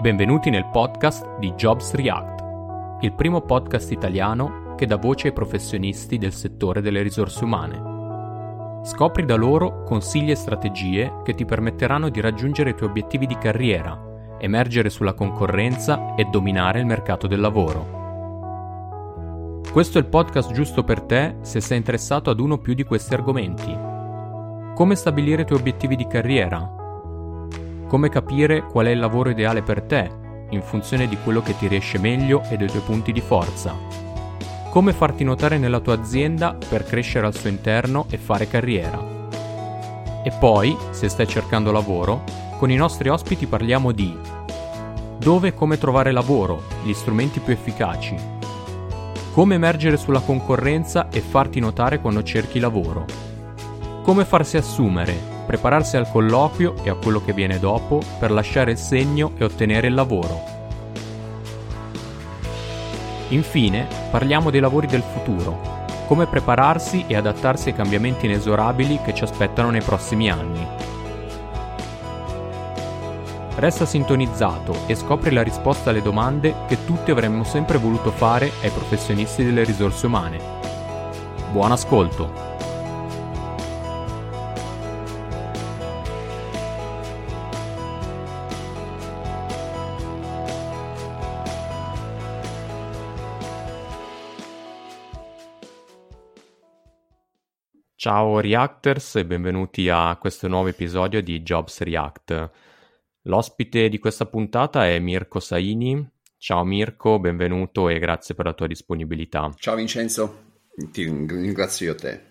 Benvenuti nel podcast di Jobs React, il primo podcast italiano che dà voce ai professionisti del settore delle risorse umane. Scopri da loro consigli e strategie che ti permetteranno di raggiungere i tuoi obiettivi di carriera, emergere sulla concorrenza e dominare il mercato del lavoro. Questo è il podcast giusto per te se sei interessato ad uno o più di questi argomenti. Come stabilire i tuoi obiettivi di carriera? Come capire qual è il lavoro ideale per te, in funzione di quello che ti riesce meglio e dei tuoi punti di forza. Come farti notare nella tua azienda per crescere al suo interno e fare carriera. E poi, se stai cercando lavoro, con i nostri ospiti parliamo di dove e come trovare lavoro, gli strumenti più efficaci, come emergere sulla concorrenza e farti notare quando cerchi lavoro, come farsi assumere, prepararsi al colloquio e a quello che viene dopo per lasciare il segno e ottenere il lavoro. Infine, parliamo dei lavori del futuro, come prepararsi e adattarsi ai cambiamenti inesorabili che ci aspettano nei prossimi anni. Resta sintonizzato e scopri la risposta alle domande che tutti avremmo sempre voluto fare ai professionisti delle risorse umane. Buon ascolto! Ciao Reactors e benvenuti a questo nuovo episodio di Jobs React. L'ospite di questa puntata è Mirko Saini. Ciao Mirko, benvenuto e grazie per la tua disponibilità. Ciao Vincenzo, ti ringrazio io te.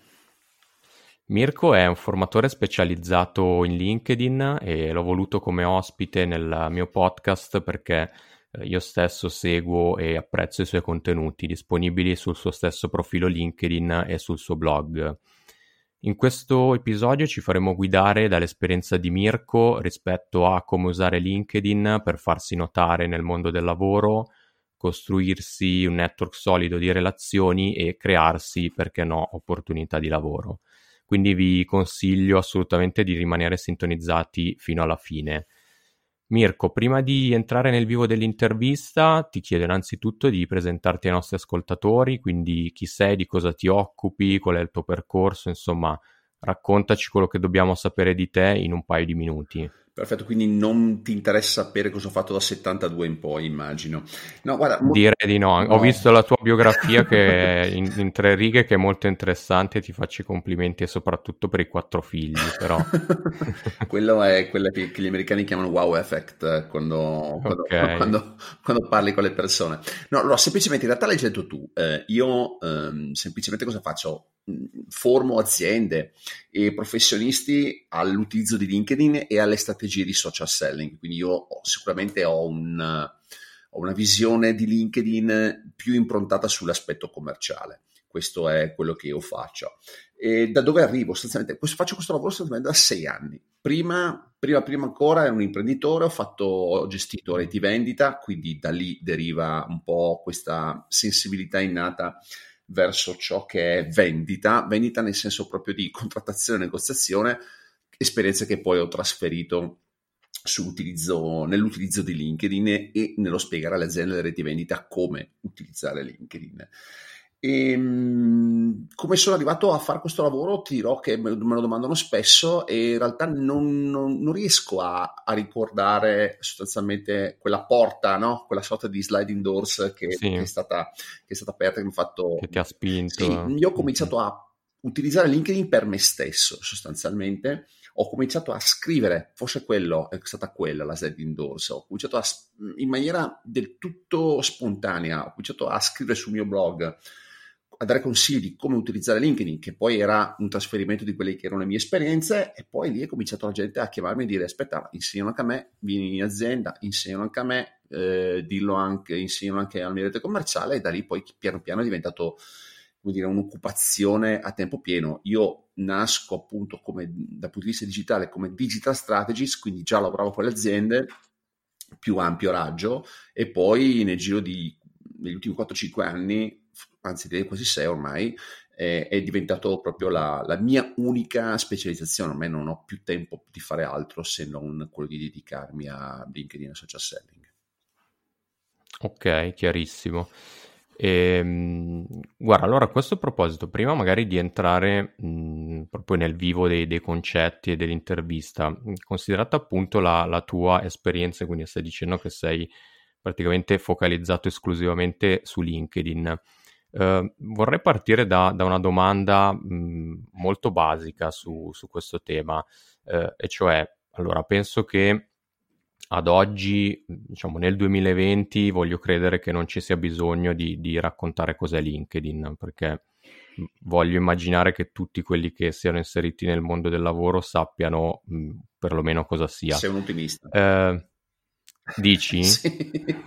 Mirko è un formatore specializzato in LinkedIn e l'ho voluto come ospite nel mio podcast perché io stesso seguo e apprezzo i suoi contenuti disponibili sul suo stesso profilo LinkedIn e sul suo blog. In questo episodio ci faremo guidare dall'esperienza di Mirko rispetto a come usare LinkedIn per farsi notare nel mondo del lavoro, costruirsi un network solido di relazioni e crearsi, perché no, opportunità di lavoro. Quindi vi consiglio assolutamente di rimanere sintonizzati fino alla fine. Mirko, prima di entrare nel vivo dell'intervista, ti chiedo innanzitutto di presentarti ai nostri ascoltatori, quindi chi sei, di cosa ti occupi, qual è il tuo percorso, insomma, raccontaci quello che dobbiamo sapere di te in un paio di minuti. Perfetto, quindi non ti interessa sapere cosa ho fatto da 72 in poi, immagino. No, guarda, Direi di no. Ho visto la tua biografia che è in 3 righe, che è molto interessante, ti faccio i complimenti e soprattutto per i 4 figli, però. Quello è quella che gli americani chiamano wow effect quando parli con le persone. No, allora, semplicemente, in realtà l'hai già detto tu. Io semplicemente cosa faccio? Formo aziende e professionisti all'utilizzo di LinkedIn e alle strategie di social selling. Quindi io sicuramente ho una visione di LinkedIn più improntata sull'aspetto commerciale. Questo è quello che io faccio. E da dove arrivo? Sostanzialmente, faccio questo lavoro sostanzialmente da 6 anni. Prima ancora ero un imprenditore, ho gestito reti vendita, quindi da lì deriva un po' questa sensibilità innata verso ciò che è vendita nel senso proprio di contrattazione e negoziazione, esperienze che poi ho trasferito nell'utilizzo di LinkedIn e nello spiegare alle aziende delle reti vendita come utilizzare LinkedIn. E come sono arrivato a fare questo lavoro ti dirò che me lo domandano spesso e in realtà non riesco a ricordare sostanzialmente quella porta, no? Quella sorta di sliding doors che è stata aperta, che mi ha fatto... Che ti ha spinto. Sì, io ho cominciato a utilizzare LinkedIn per me stesso sostanzialmente. Ho cominciato a scrivere, forse è stata quella la sliding doors, ho cominciato in maniera del tutto spontanea, ho cominciato a scrivere sul mio blog, a dare consigli di come utilizzare LinkedIn, che poi era un trasferimento di quelle che erano le mie esperienze, e poi lì è cominciato la gente a chiamarmi e dire: aspetta, insegnano anche a me, vieni in azienda, insegnano anche a me, insegnano anche alla mia rete commerciale, e da lì poi piano piano è diventato, come dire, un'occupazione a tempo pieno. Io nasco appunto dal punto di vista digitale come digital strategist, quindi già lavoravo con le aziende, più ampio raggio, e poi nel giro degli ultimi 4-5 anni, anzi direi quasi 6 ormai, è diventato proprio la mia unica specializzazione. Ormai non ho più tempo di fare altro se non quello di dedicarmi a LinkedIn e social selling. Ok, chiarissimo. Guarda, allora a questo proposito, prima magari di entrare proprio nel vivo dei concetti e dell'intervista, considerata appunto la tua esperienza, quindi stai dicendo che sei praticamente focalizzato esclusivamente su LinkedIn. Vorrei partire da una domanda molto basica su questo tema, e cioè, allora, penso che ad oggi, diciamo nel 2020, voglio credere che non ci sia bisogno di raccontare cos'è LinkedIn, perché voglio immaginare che tutti quelli che siano inseriti nel mondo del lavoro sappiano perlomeno cosa sia. Sei un ottimista. Eh, Dici? Sì.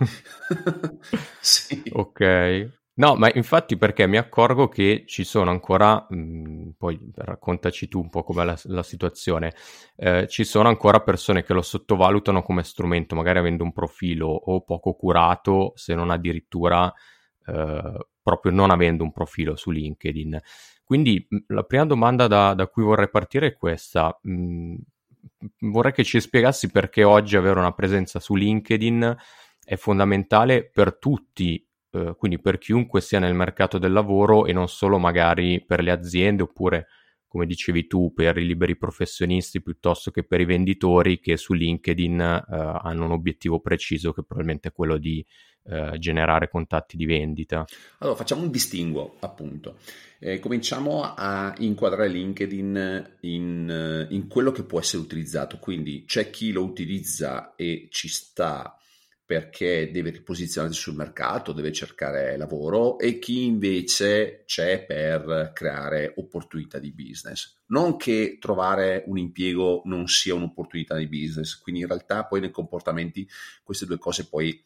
Sì. Ok. No, ma infatti perché mi accorgo che ci sono ancora, poi raccontaci tu un po' com'è la situazione, ci sono ancora persone che lo sottovalutano come strumento, magari avendo un profilo o poco curato, se non addirittura proprio non avendo un profilo su LinkedIn. Quindi la prima domanda da cui vorrei partire è questa. Vorrei che ci spiegassi perché oggi avere una presenza su LinkedIn è fondamentale per tutti, quindi per chiunque sia nel mercato del lavoro e non solo magari per le aziende oppure, come dicevi tu, per i liberi professionisti piuttosto che per i venditori che su LinkedIn hanno un obiettivo preciso che probabilmente è quello di generare contatti di vendita. Allora, facciamo un distinguo, appunto. Cominciamo a inquadrare LinkedIn in quello che può essere utilizzato. Quindi c'è chi lo utilizza e ci sta perché deve riposizionarsi sul mercato, deve cercare lavoro, e chi invece c'è per creare opportunità di business. Non che trovare un impiego non sia un'opportunità di business, quindi in realtà poi nei comportamenti queste due cose poi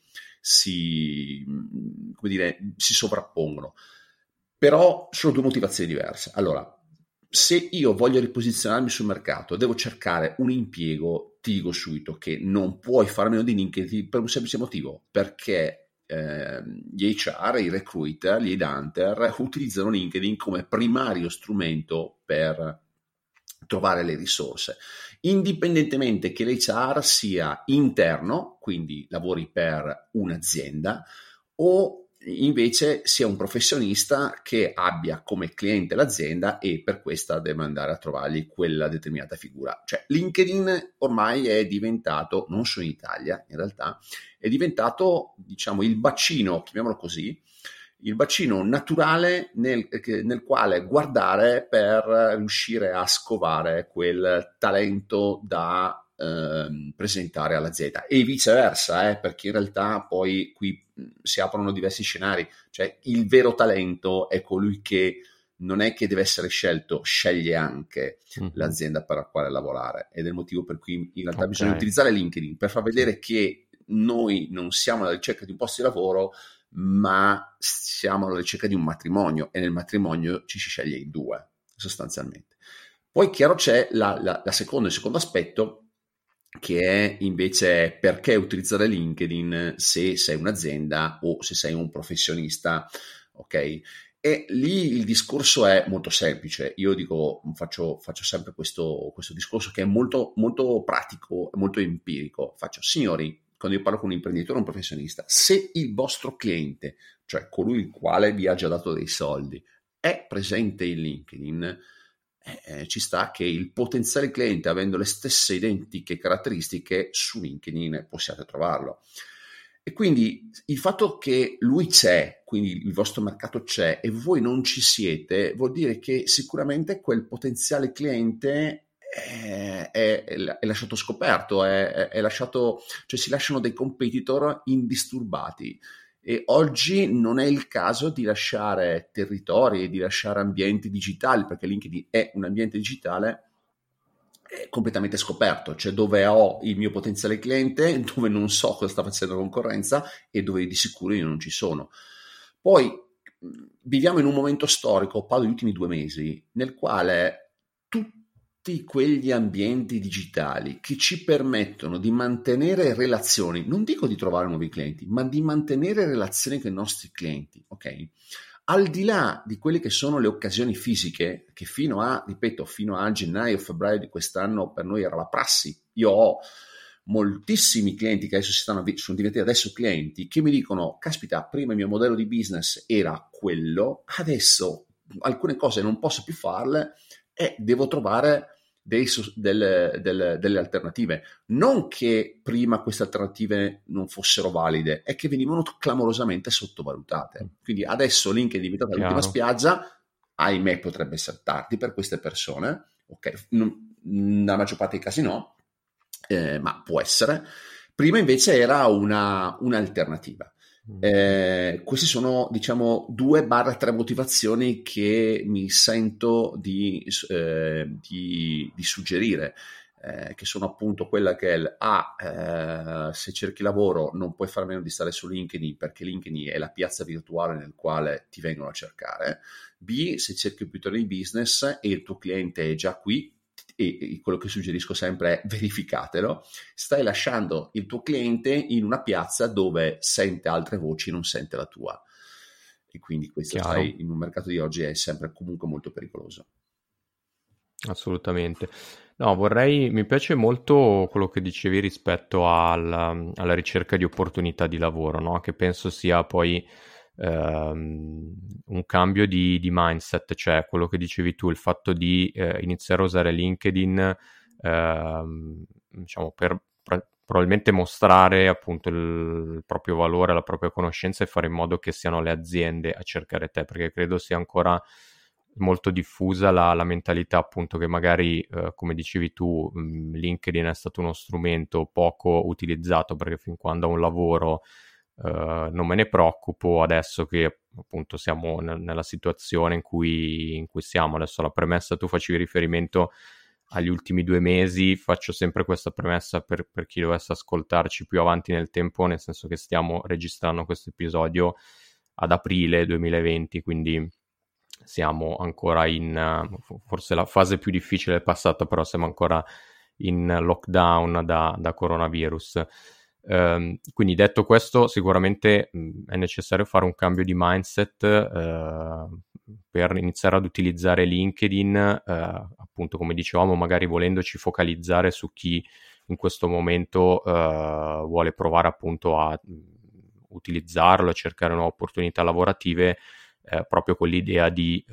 come dire, si sovrappongono. Però sono due motivazioni diverse. Allora, se io voglio riposizionarmi sul mercato, devo cercare un impiego, ti dico subito che non puoi fare a meno di LinkedIn per un semplice motivo, perché gli HR, i recruiter, gli headhunter utilizzano LinkedIn come primario strumento per trovare le risorse, indipendentemente che l'HR sia interno, quindi lavori per un'azienda, o invece sia un professionista che abbia come cliente l'azienda e per questa deve andare a trovargli quella determinata figura. Cioè LinkedIn ormai è diventato, non solo in Italia in realtà, è diventato, diciamo, il bacino, chiamiamolo così, il bacino naturale nel quale guardare per riuscire a scovare quel talento da presentare all'azienda, e viceversa, perché in realtà poi qui si aprono diversi scenari. Cioè il vero talento è colui che non è che deve essere scelto, sceglie anche l'azienda per la quale lavorare, ed è il motivo per cui in realtà bisogna utilizzare LinkedIn per far vedere che noi non siamo alla ricerca di un posto di lavoro, ma siamo alla ricerca di un matrimonio, e nel matrimonio ci si sceglie in due, sostanzialmente. Poi chiaro c'è il secondo aspetto, che è invece perché utilizzare LinkedIn se sei un'azienda o se sei un professionista, ok? E lì il discorso è molto semplice. Io dico, faccio sempre questo discorso che è molto, molto pratico, molto empirico. Signori, quando io parlo con un imprenditore o un professionista, se il vostro cliente, cioè colui il quale vi ha già dato dei soldi, è presente in LinkedIn, ci sta che il potenziale cliente, avendo le stesse identiche caratteristiche, su LinkedIn possiate trovarlo. E quindi il fatto che lui c'è, quindi il vostro mercato c'è e voi non ci siete, vuol dire che sicuramente quel potenziale cliente è lasciato scoperto, è lasciato, cioè si lasciano dei competitor indisturbati. E oggi non è il caso di lasciare territori, di lasciare ambienti digitali, perché LinkedIn è un ambiente digitale completamente scoperto, cioè dove ho il mio potenziale cliente, dove non so cosa sta facendo la concorrenza e dove di sicuro io non ci sono. Poi viviamo in un momento storico, parlo degli ultimi 2 mesi, nel quale tutti quegli ambienti digitali che ci permettono di mantenere relazioni, non dico di trovare nuovi clienti, ma di mantenere relazioni con i nostri clienti, ok? Al di là di quelle che sono le occasioni fisiche, che fino a gennaio, febbraio di quest'anno per noi era la prassi. Io ho moltissimi clienti che adesso sono diventati adesso clienti, che mi dicono: caspita, prima il mio modello di business era quello, adesso alcune cose non posso più farle e devo trovare delle alternative. Non che prima queste alternative non fossero valide, è che venivano clamorosamente sottovalutate. Quindi adesso LinkedIn è diventata l'ultima Chiaro. spiaggia, ahimè potrebbe essere tardi per queste persone, ok? Nella maggior parte dei casi no, ma può essere. Prima invece era un'alternativa. Queste sono, diciamo, 2-3 motivazioni che mi sento di suggerire, che sono appunto quella che è se cerchi lavoro non puoi fare a meno di stare su LinkedIn, perché LinkedIn è la piazza virtuale nel quale ti vengono a cercare. B, se cerchi più di business e il tuo cliente è già qui, e quello che suggerisco sempre è: verificatelo, stai lasciando il tuo cliente in una piazza dove sente altre voci, non sente la tua, e quindi questo, Chiaro. sai, in un mercato di oggi è sempre comunque molto pericoloso. Assolutamente. No, mi piace molto quello che dicevi rispetto alla ricerca di opportunità di lavoro, no? Che penso sia poi un cambio di mindset, cioè quello che dicevi tu, il fatto di iniziare a usare LinkedIn, diciamo, per probabilmente mostrare appunto il proprio valore, la propria conoscenza, e fare in modo che siano le aziende a cercare te, perché credo sia ancora molto diffusa la mentalità appunto che magari, come dicevi tu, LinkedIn è stato uno strumento poco utilizzato, perché fin quando ho un lavoro non me ne preoccupo. Adesso che appunto siamo nella situazione in cui siamo adesso, la premessa, tu facevi riferimento agli ultimi 2 mesi, faccio sempre questa premessa per chi dovesse ascoltarci più avanti nel tempo, nel senso che stiamo registrando questo episodio ad aprile 2020, quindi siamo ancora forse la fase più difficile è passata, però siamo ancora in lockdown da coronavirus. Quindi, detto questo, sicuramente è necessario fare un cambio di mindset per iniziare ad utilizzare LinkedIn, appunto come dicevamo, magari volendoci focalizzare su chi in questo momento vuole provare appunto a utilizzarlo, a cercare nuove opportunità lavorative, proprio con l'idea di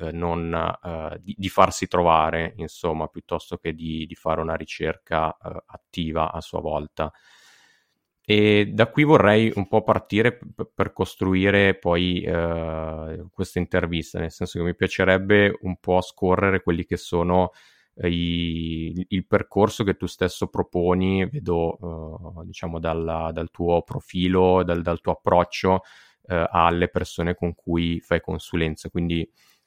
farsi trovare, insomma, piuttosto che di fare una ricerca attiva a sua volta. E da qui vorrei un po' partire per costruire poi questa intervista, nel senso che mi piacerebbe un po' scorrere quelli che sono il percorso che tu stesso proponi. Vedo diciamo dal tuo profilo, dal tuo approccio alle persone con cui fai consulenza, quindi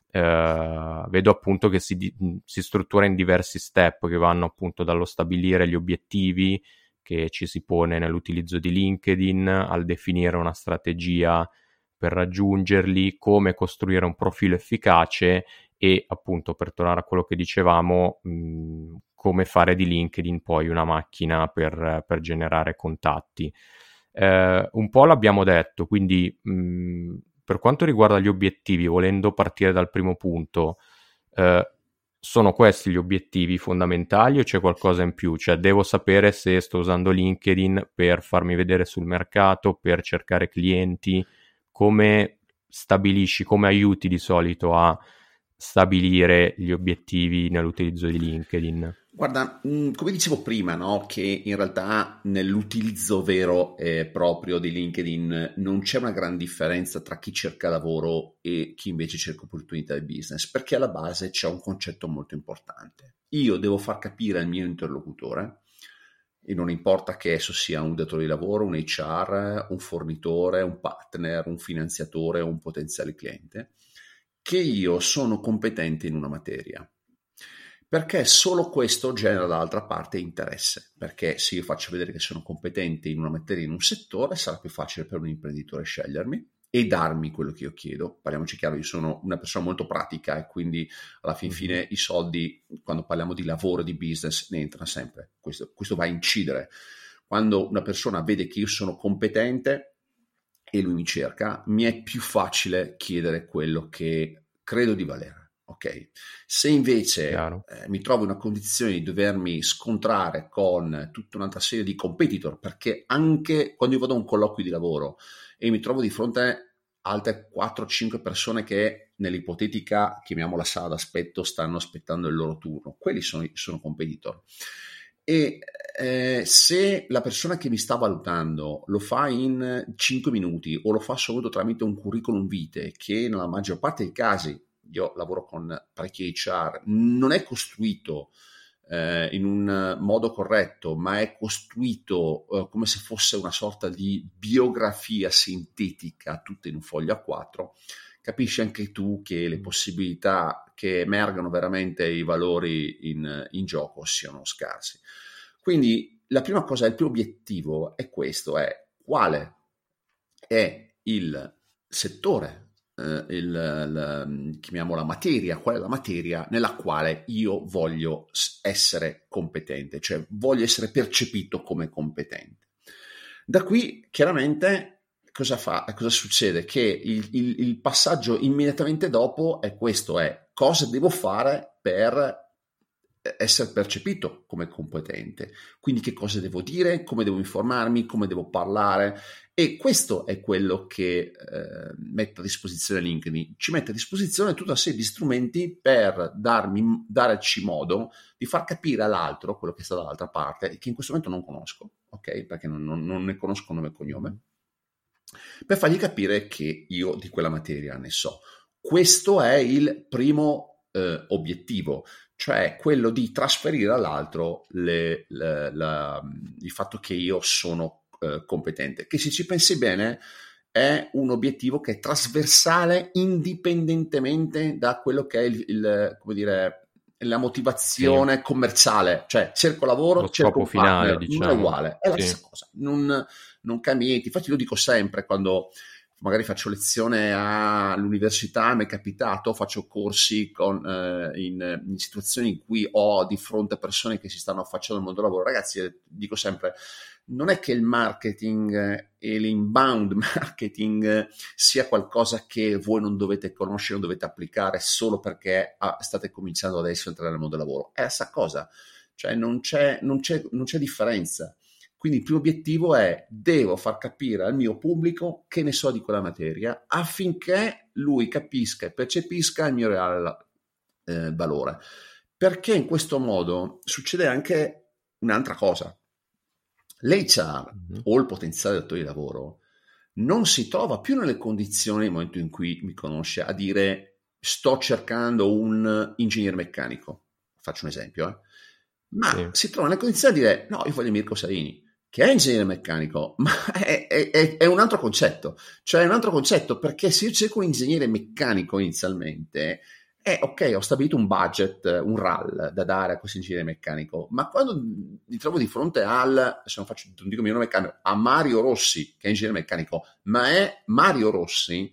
vedo appunto che si struttura in diversi step che vanno appunto dallo stabilire gli obiettivi che ci si pone nell'utilizzo di LinkedIn, al definire una strategia per raggiungerli, come costruire un profilo efficace e, appunto, per tornare a quello che dicevamo, come fare di LinkedIn poi una macchina per generare contatti. Un po' l'abbiamo detto, quindi per quanto riguarda gli obiettivi, volendo partire dal primo punto, sono questi gli obiettivi fondamentali o c'è qualcosa in più? Cioè, devo sapere se sto usando LinkedIn per farmi vedere sul mercato, per cercare clienti? Come stabilisci, come aiuti di solito a stabilire gli obiettivi nell'utilizzo di LinkedIn? Guarda, come dicevo prima, no, che in realtà nell'utilizzo vero e proprio di LinkedIn non c'è una gran differenza tra chi cerca lavoro e chi invece cerca opportunità di business, perché alla base c'è un concetto molto importante. Io devo far capire al mio interlocutore, e non importa che esso sia un datore di lavoro, un HR, un fornitore, un partner, un finanziatore o un potenziale cliente, che io sono competente in una materia. Perché solo questo genera dall'altra parte interesse, perché se io faccio vedere che sono competente in una materia, in un settore, sarà più facile per un imprenditore scegliermi e darmi quello che io chiedo. Parliamoci chiaro, io sono una persona molto pratica e quindi alla fine i soldi, quando parliamo di lavoro e di business, ne entrano sempre. Questo va a incidere. Quando una persona vede che io sono competente e lui mi cerca, mi è più facile chiedere quello che credo di valere. ok? Se invece chiaro. mi trovo in una condizione di dovermi scontrare con tutta un'altra serie di competitor, perché anche quando io vado a un colloquio di lavoro e mi trovo di fronte a altre 4-5 persone che nell'ipotetica, chiamiamola sala d'aspetto, stanno aspettando il loro turno, quelli sono competitor. E se la persona che mi sta valutando lo fa in 5 minuti o lo fa solo tramite un curriculum vitae, che nella maggior parte dei casi, io lavoro con parecchi HR, non è costruito in un modo corretto, ma è costruito come se fosse una sorta di biografia sintetica, tutta in un foglio A4, capisci anche tu che le possibilità che emergano veramente i valori in gioco siano scarsi. Quindi la prima cosa, il primo obiettivo è questo, è quale è il settore, chiamiamola materia, qual è la materia nella quale io voglio essere competente, cioè voglio essere percepito come competente. Da qui chiaramente cosa succede? Che il passaggio immediatamente dopo è questo, è cosa devo fare per essere percepito come competente, quindi che cosa devo dire, come devo informarmi, come devo parlare, e questo è quello che mette a disposizione LinkedIn, ci mette a disposizione tutta una serie di strumenti per darci modo di far capire all'altro, quello che sta dall'altra parte, che in questo momento non conosco, ok? Perché non ne conosco nome e cognome, per fargli capire che io di quella materia ne so. Questo è il primo obiettivo, cioè quello di trasferire all'altro il fatto che io sono competente, che se ci pensi bene è un obiettivo che è trasversale indipendentemente da quello che è come dire, la motivazione commerciale, cioè cerco lavoro, Lo cerco scopo un finale, partner, non è diciamo. uguale, è la stessa cosa, non cambia niente. Infatti lo dico sempre quando magari faccio lezione all'università, mi è capitato, faccio corsi in situazioni in cui ho di fronte persone che si stanno affacciando al mondo del lavoro. Ragazzi, dico sempre, non è che il marketing e l'inbound marketing sia qualcosa che voi non dovete conoscere, non dovete applicare solo perché state cominciando adesso a entrare nel mondo del lavoro. È la stessa cosa, cioè non c'è differenza. Quindi il primo obiettivo è devo far capire al mio pubblico che ne so di quella materia affinché lui capisca e percepisca il mio reale valore. Perché in questo modo succede anche un'altra cosa. L'HR o il potenziale datore di lavoro non si trova più nelle condizioni nel momento in cui mi conosce a dire sto cercando un ingegnere meccanico, faccio un esempio, ma si trova nelle condizioni di dire no, io voglio Mirko Salini, che è ingegnere meccanico, ma è un altro concetto, cioè è un altro concetto, perché se io cerco un ingegnere meccanico inizialmente, ok, ho stabilito un budget, un RAL da dare a questo ingegnere meccanico, ma quando mi trovo di fronte se non dico il mio nome meccanico, a Mario Rossi, che è ingegnere meccanico, ma è Mario Rossi,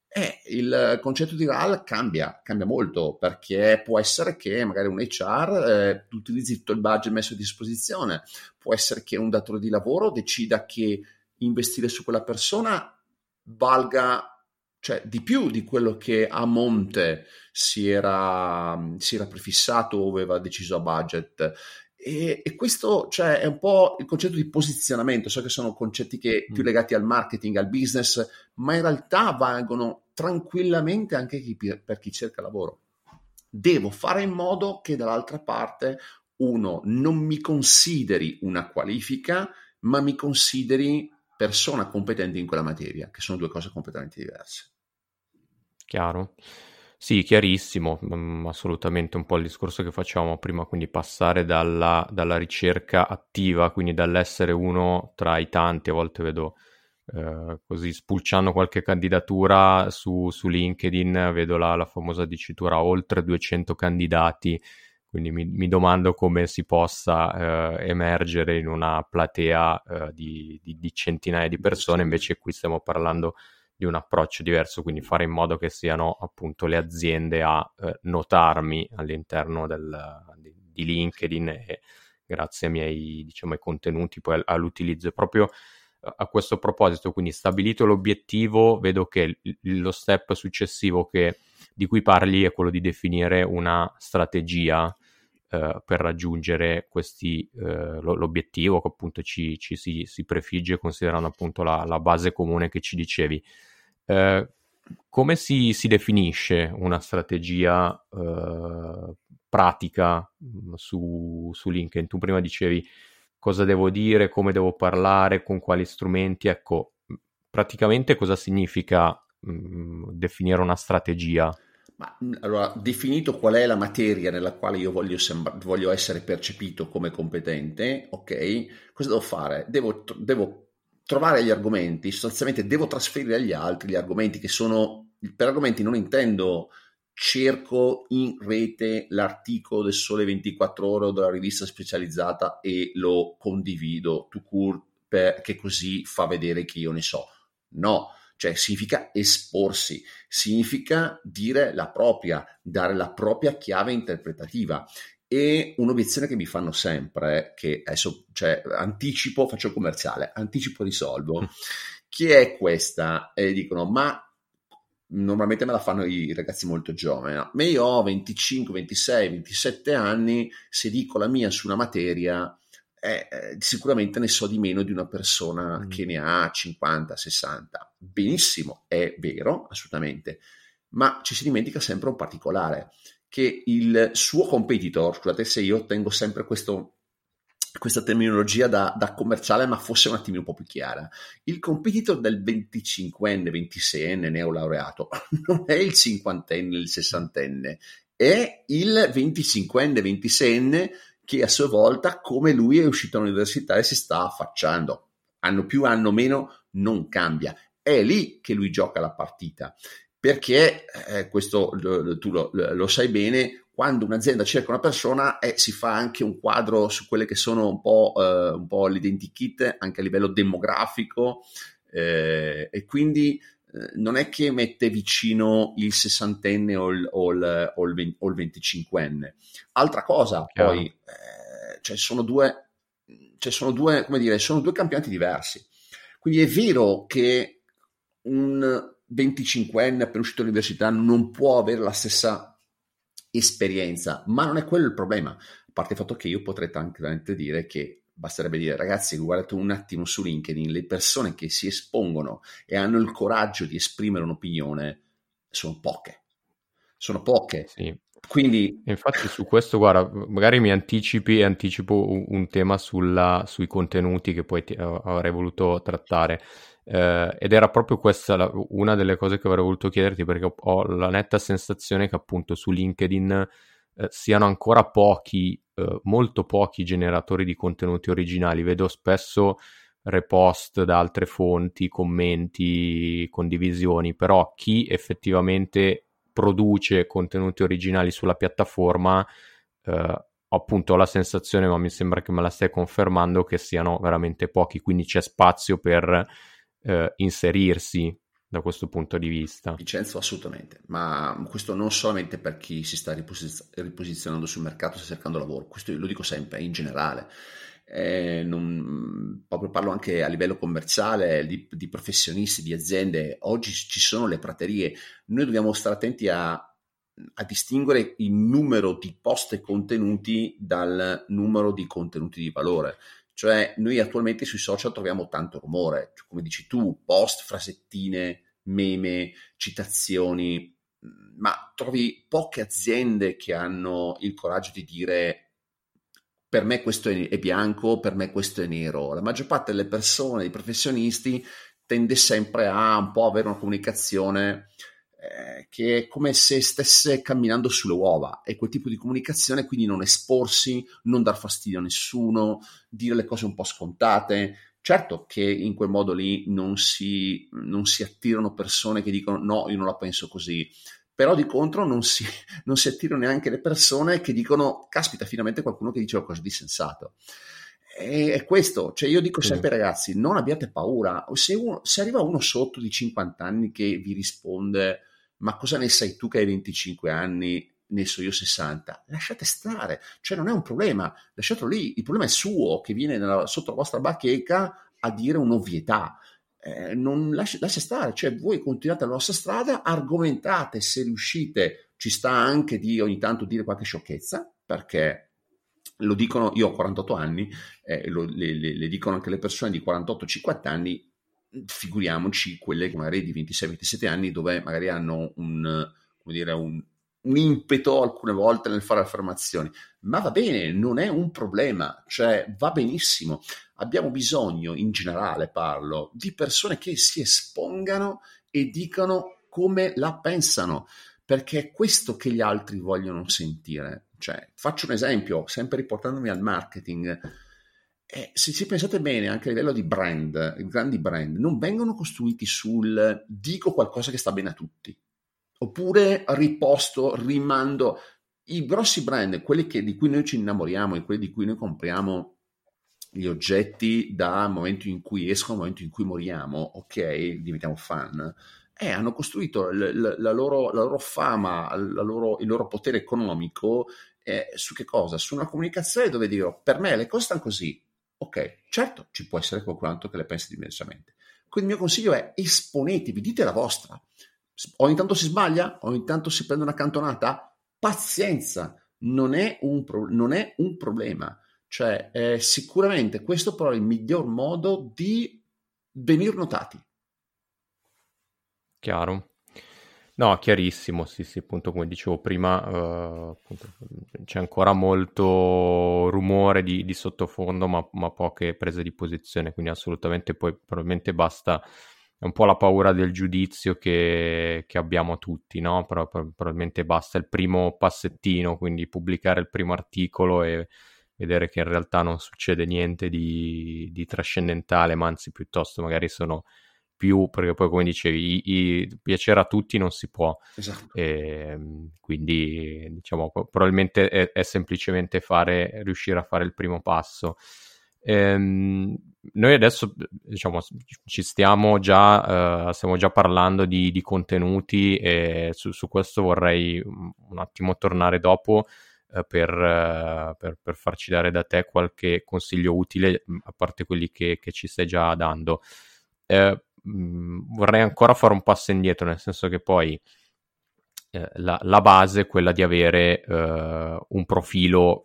il concetto di RAL cambia molto, perché può essere che magari un HR utilizzi tutto il budget messo a disposizione, può essere che un datore di lavoro decida che investire su quella persona valga, cioè, di più di quello che a monte si era prefissato o aveva deciso a budget. E questo, cioè, è un po' il concetto di posizionamento. So che sono concetti che più legati al marketing, al business, ma in realtà valgono tranquillamente anche per chi cerca lavoro. Devo fare in modo che dall'altra parte uno non mi consideri una qualifica, ma mi consideri persona competente in quella materia, che sono due cose completamente diverse. Chiaro? Sì, chiarissimo, assolutamente un po' il discorso che facevamo prima, quindi passare dalla ricerca attiva, quindi dall'essere uno tra i tanti, a volte vedo così spulciando qualche candidatura su LinkedIn, vedo la famosa dicitura oltre 200 candidati, quindi mi domando come si possa emergere in una platea di centinaia di persone, invece qui stiamo parlando di un approccio diverso, quindi fare in modo che siano appunto le aziende a notarmi all'interno di LinkedIn e grazie ai miei, diciamo, ai contenuti, poi all'utilizzo. E proprio a questo proposito, quindi stabilito l'obiettivo, vedo che lo step successivo che di cui parli è quello di definire una strategia per raggiungere l'obiettivo che appunto si prefigge considerando appunto la base comune che ci dicevi. Come si definisce una strategia pratica su LinkedIn? Tu prima dicevi cosa devo dire, come devo parlare, con quali strumenti. Ecco, praticamente cosa significa definire una strategia? Ma allora, definito qual è la materia nella quale io voglio essere percepito come competente, ok? Cosa devo fare? Devo trovare gli argomenti, sostanzialmente devo trasferire agli altri gli argomenti che sono, per argomenti non intendo cerco in rete l'articolo del Sole 24 Ore o della rivista specializzata e lo condivido tout court perché così fa vedere che io ne so. No, cioè significa esporsi, significa dire la propria, dare la propria chiave interpretativa. E un'obiezione che mi fanno sempre, che adesso cioè, anticipo, faccio il commerciale, anticipo risolvo, che è questa, e dicono, ma normalmente me la fanno i ragazzi molto giovani, no? Ma io ho 25, 26, 27 anni, se dico la mia su una materia, sicuramente ne so di meno di una persona che ne ha 50, 60. Benissimo, è vero, assolutamente, ma ci si dimentica sempre un particolare, che il suo competitor, scusate se io tengo sempre questa terminologia da commerciale, ma fosse un attimo un po' più chiara. Il competitor del 25enne, 26enne neolaureato non è il 50enne, il 60enne, è il 25enne, 26enne che a sua volta, come lui, è uscito dall'università e si sta affacciando. Anno più, anno meno, non cambia. È lì che lui gioca la partita. Perché questo tu lo sai bene, quando un'azienda cerca una persona si fa anche un quadro su quelle che sono un po' l'identikit anche a livello demografico e quindi non è che mette vicino il sessantenne o il 25enne. Altra cosa, poi sono due, come dire, sono due campionati diversi. Quindi è vero che un 25enne appena uscito dall'università non può avere la stessa esperienza, ma non è quello il problema. A parte il fatto che io potrei tranquillamente dire che basterebbe dire, ragazzi, guardate un attimo su LinkedIn, le persone che si espongono e hanno il coraggio di esprimere un'opinione sono poche. Sono poche. Sì. Quindi infatti su questo, guarda, magari mi anticipo un tema sui contenuti che poi avrei voluto trattare. Ed era proprio questa una delle cose che avrei voluto chiederti, perché ho la netta sensazione che appunto su LinkedIn siano ancora molto pochi generatori di contenuti originali. Vedo spesso repost da altre fonti, commenti, condivisioni, però chi effettivamente produce contenuti originali sulla piattaforma, appunto ho la sensazione, ma mi sembra che me la stai confermando, che siano veramente pochi, quindi c'è spazio per inserirsi da questo punto di vista. Vincenzo, assolutamente, ma questo non solamente per chi si sta riposizionando sul mercato, sta cercando lavoro, questo io lo dico sempre, in generale. Proprio parlo anche a livello commerciale, di professionisti, di aziende. Oggi ci sono le praterie, noi dobbiamo stare attenti a distinguere il numero di post e contenuti dal numero di contenuti di valore. Cioè noi attualmente sui social troviamo tanto rumore, come dici tu, post, frasettine, meme, citazioni, ma trovi poche aziende che hanno il coraggio di dire per me questo è bianco, per me questo è nero. La maggior parte delle persone, dei professionisti, tende sempre a un po' avere una comunicazione che è come se stesse camminando sulle uova, e quel tipo di comunicazione, quindi non esporsi, non dar fastidio a nessuno, dire le cose un po' scontate. Certo che in quel modo lì non si attirano persone che dicono no, io non la penso così, però di contro non si attirano neanche le persone che dicono caspita, finalmente qualcuno che dice qualcosa di sensato. E questo, cioè io dico sempre ragazzi, non abbiate paura, se arriva uno sotto di 50 anni che vi risponde ma cosa ne sai tu che hai 25 anni, ne so io 60, lasciate stare, cioè non è un problema, lasciatelo lì, il problema è suo che viene sotto la vostra bacheca a dire un'ovvietà. non lascia stare, cioè voi continuate la vostra strada, argomentate, se riuscite, ci sta anche di ogni tanto dire qualche sciocchezza, perché lo dicono, io ho 48 anni, le dicono anche le persone di 48-50 anni, figuriamoci quelle che magari di 26-27 anni, dove magari hanno come dire, un impeto alcune volte nel fare affermazioni, ma va bene, non è un problema, cioè va benissimo. Abbiamo bisogno, in generale parlo, di persone che si espongano e dicano come la pensano, perché è questo che gli altri vogliono sentire. Cioè, faccio un esempio, sempre riportandomi al marketing. Se ci pensate bene, anche a livello di brand, i grandi brand non vengono costruiti sul dico qualcosa che sta bene a tutti, oppure riposto, rimando. I grossi brand, quelli di cui noi ci innamoriamo e quelli di cui noi compriamo gli oggetti dal momento in cui escono al momento in cui moriamo, ok, diventiamo fan, hanno costruito la loro fama, il loro potere economico su che cosa? Su una comunicazione dove dico, per me le cose stanno così, ok, certo ci può essere qualcun altro che le pensi diversamente, quindi il mio consiglio è esponetevi, dite la vostra. Ogni tanto si sbaglia, ogni tanto si prende una cantonata, pazienza, non è un problema. Cioè, sicuramente questo però è il miglior modo di venire notati. Chiaro. No, chiarissimo, sì, sì, appunto come dicevo prima, appunto, c'è ancora molto rumore di sottofondo, ma poche prese di posizione, quindi assolutamente poi probabilmente basta, è un po' la paura del giudizio che abbiamo tutti, no? Però probabilmente basta il primo passettino, quindi pubblicare il primo articolo e vedere che in realtà non succede niente di trascendentale, ma anzi piuttosto magari sono più, perché poi come dicevi, piacere a tutti non si può. Esatto. Quindi diciamo probabilmente è semplicemente riuscire a fare il primo passo. Noi adesso diciamo ci stiamo già parlando di contenuti e su questo vorrei un attimo tornare dopo per farci dare da te qualche consiglio utile, a parte quelli che ci stai già dando. Vorrei ancora fare un passo indietro, nel senso che poi la base è quella di avere un profilo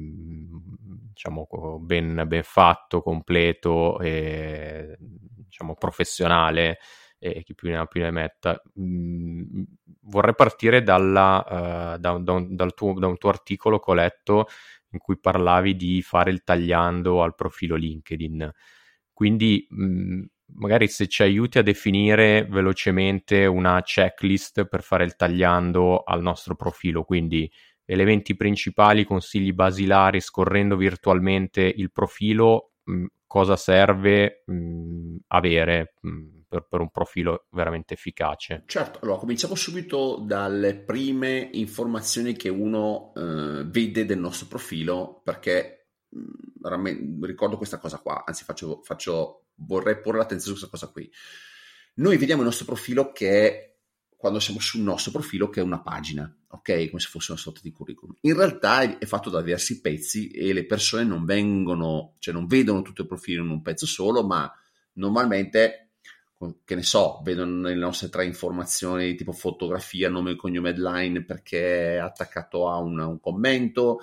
diciamo ben fatto, completo e diciamo professionale, e chi più ne ha più ne metta. Vorrei partire da un tuo articolo che ho letto in cui parlavi di fare il tagliando al profilo LinkedIn, quindi magari se ci aiuti a definire velocemente una checklist per fare il tagliando al nostro profilo, quindi elementi principali, consigli basilari, scorrendo virtualmente il profilo, cosa serve avere per un profilo veramente efficace. Certo, allora cominciamo subito dalle prime informazioni che uno vede del nostro profilo, perché ricordo questa cosa qua, anzi vorrei porre l'attenzione su questa cosa qui. Noi vediamo il nostro profilo che è, quando siamo sul nostro profilo, che è una pagina, ok? Come se fosse una sorta di curriculum. In realtà è fatto da diversi pezzi e le persone non vedono tutto il profilo in un pezzo solo, ma normalmente, che ne so, vedono le nostre 3 informazioni tipo fotografia, nome e cognome, headline perché è attaccato a un commento,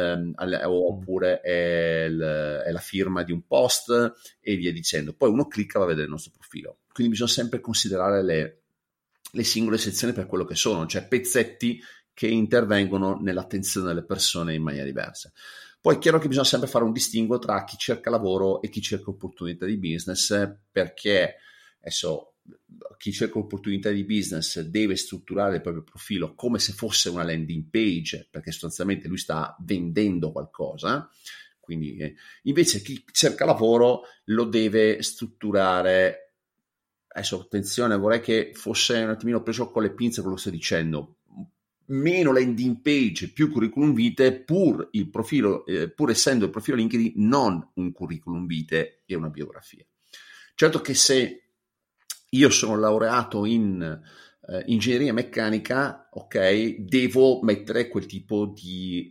oppure è la firma di un post e via dicendo. Poi uno clicca e va a vedere il nostro profilo. Quindi bisogna sempre considerare le singole sezioni per quello che sono, cioè pezzetti che intervengono nell'attenzione delle persone in maniera diversa. Poi è chiaro che bisogna sempre fare un distinguo tra chi cerca lavoro e chi cerca opportunità di business, perché adesso chi cerca opportunità di business deve strutturare il proprio profilo come se fosse una landing page, perché sostanzialmente lui sta vendendo qualcosa. Quindi invece chi cerca lavoro lo deve strutturare. Adesso attenzione, vorrei che fosse un attimino preso con le pinze quello che sto dicendo. Meno landing page, più curriculum vitae, pur essendo il profilo LinkedIn non un curriculum vitae e una biografia. Certo che se io sono laureato in ingegneria meccanica, ok, devo mettere quel tipo di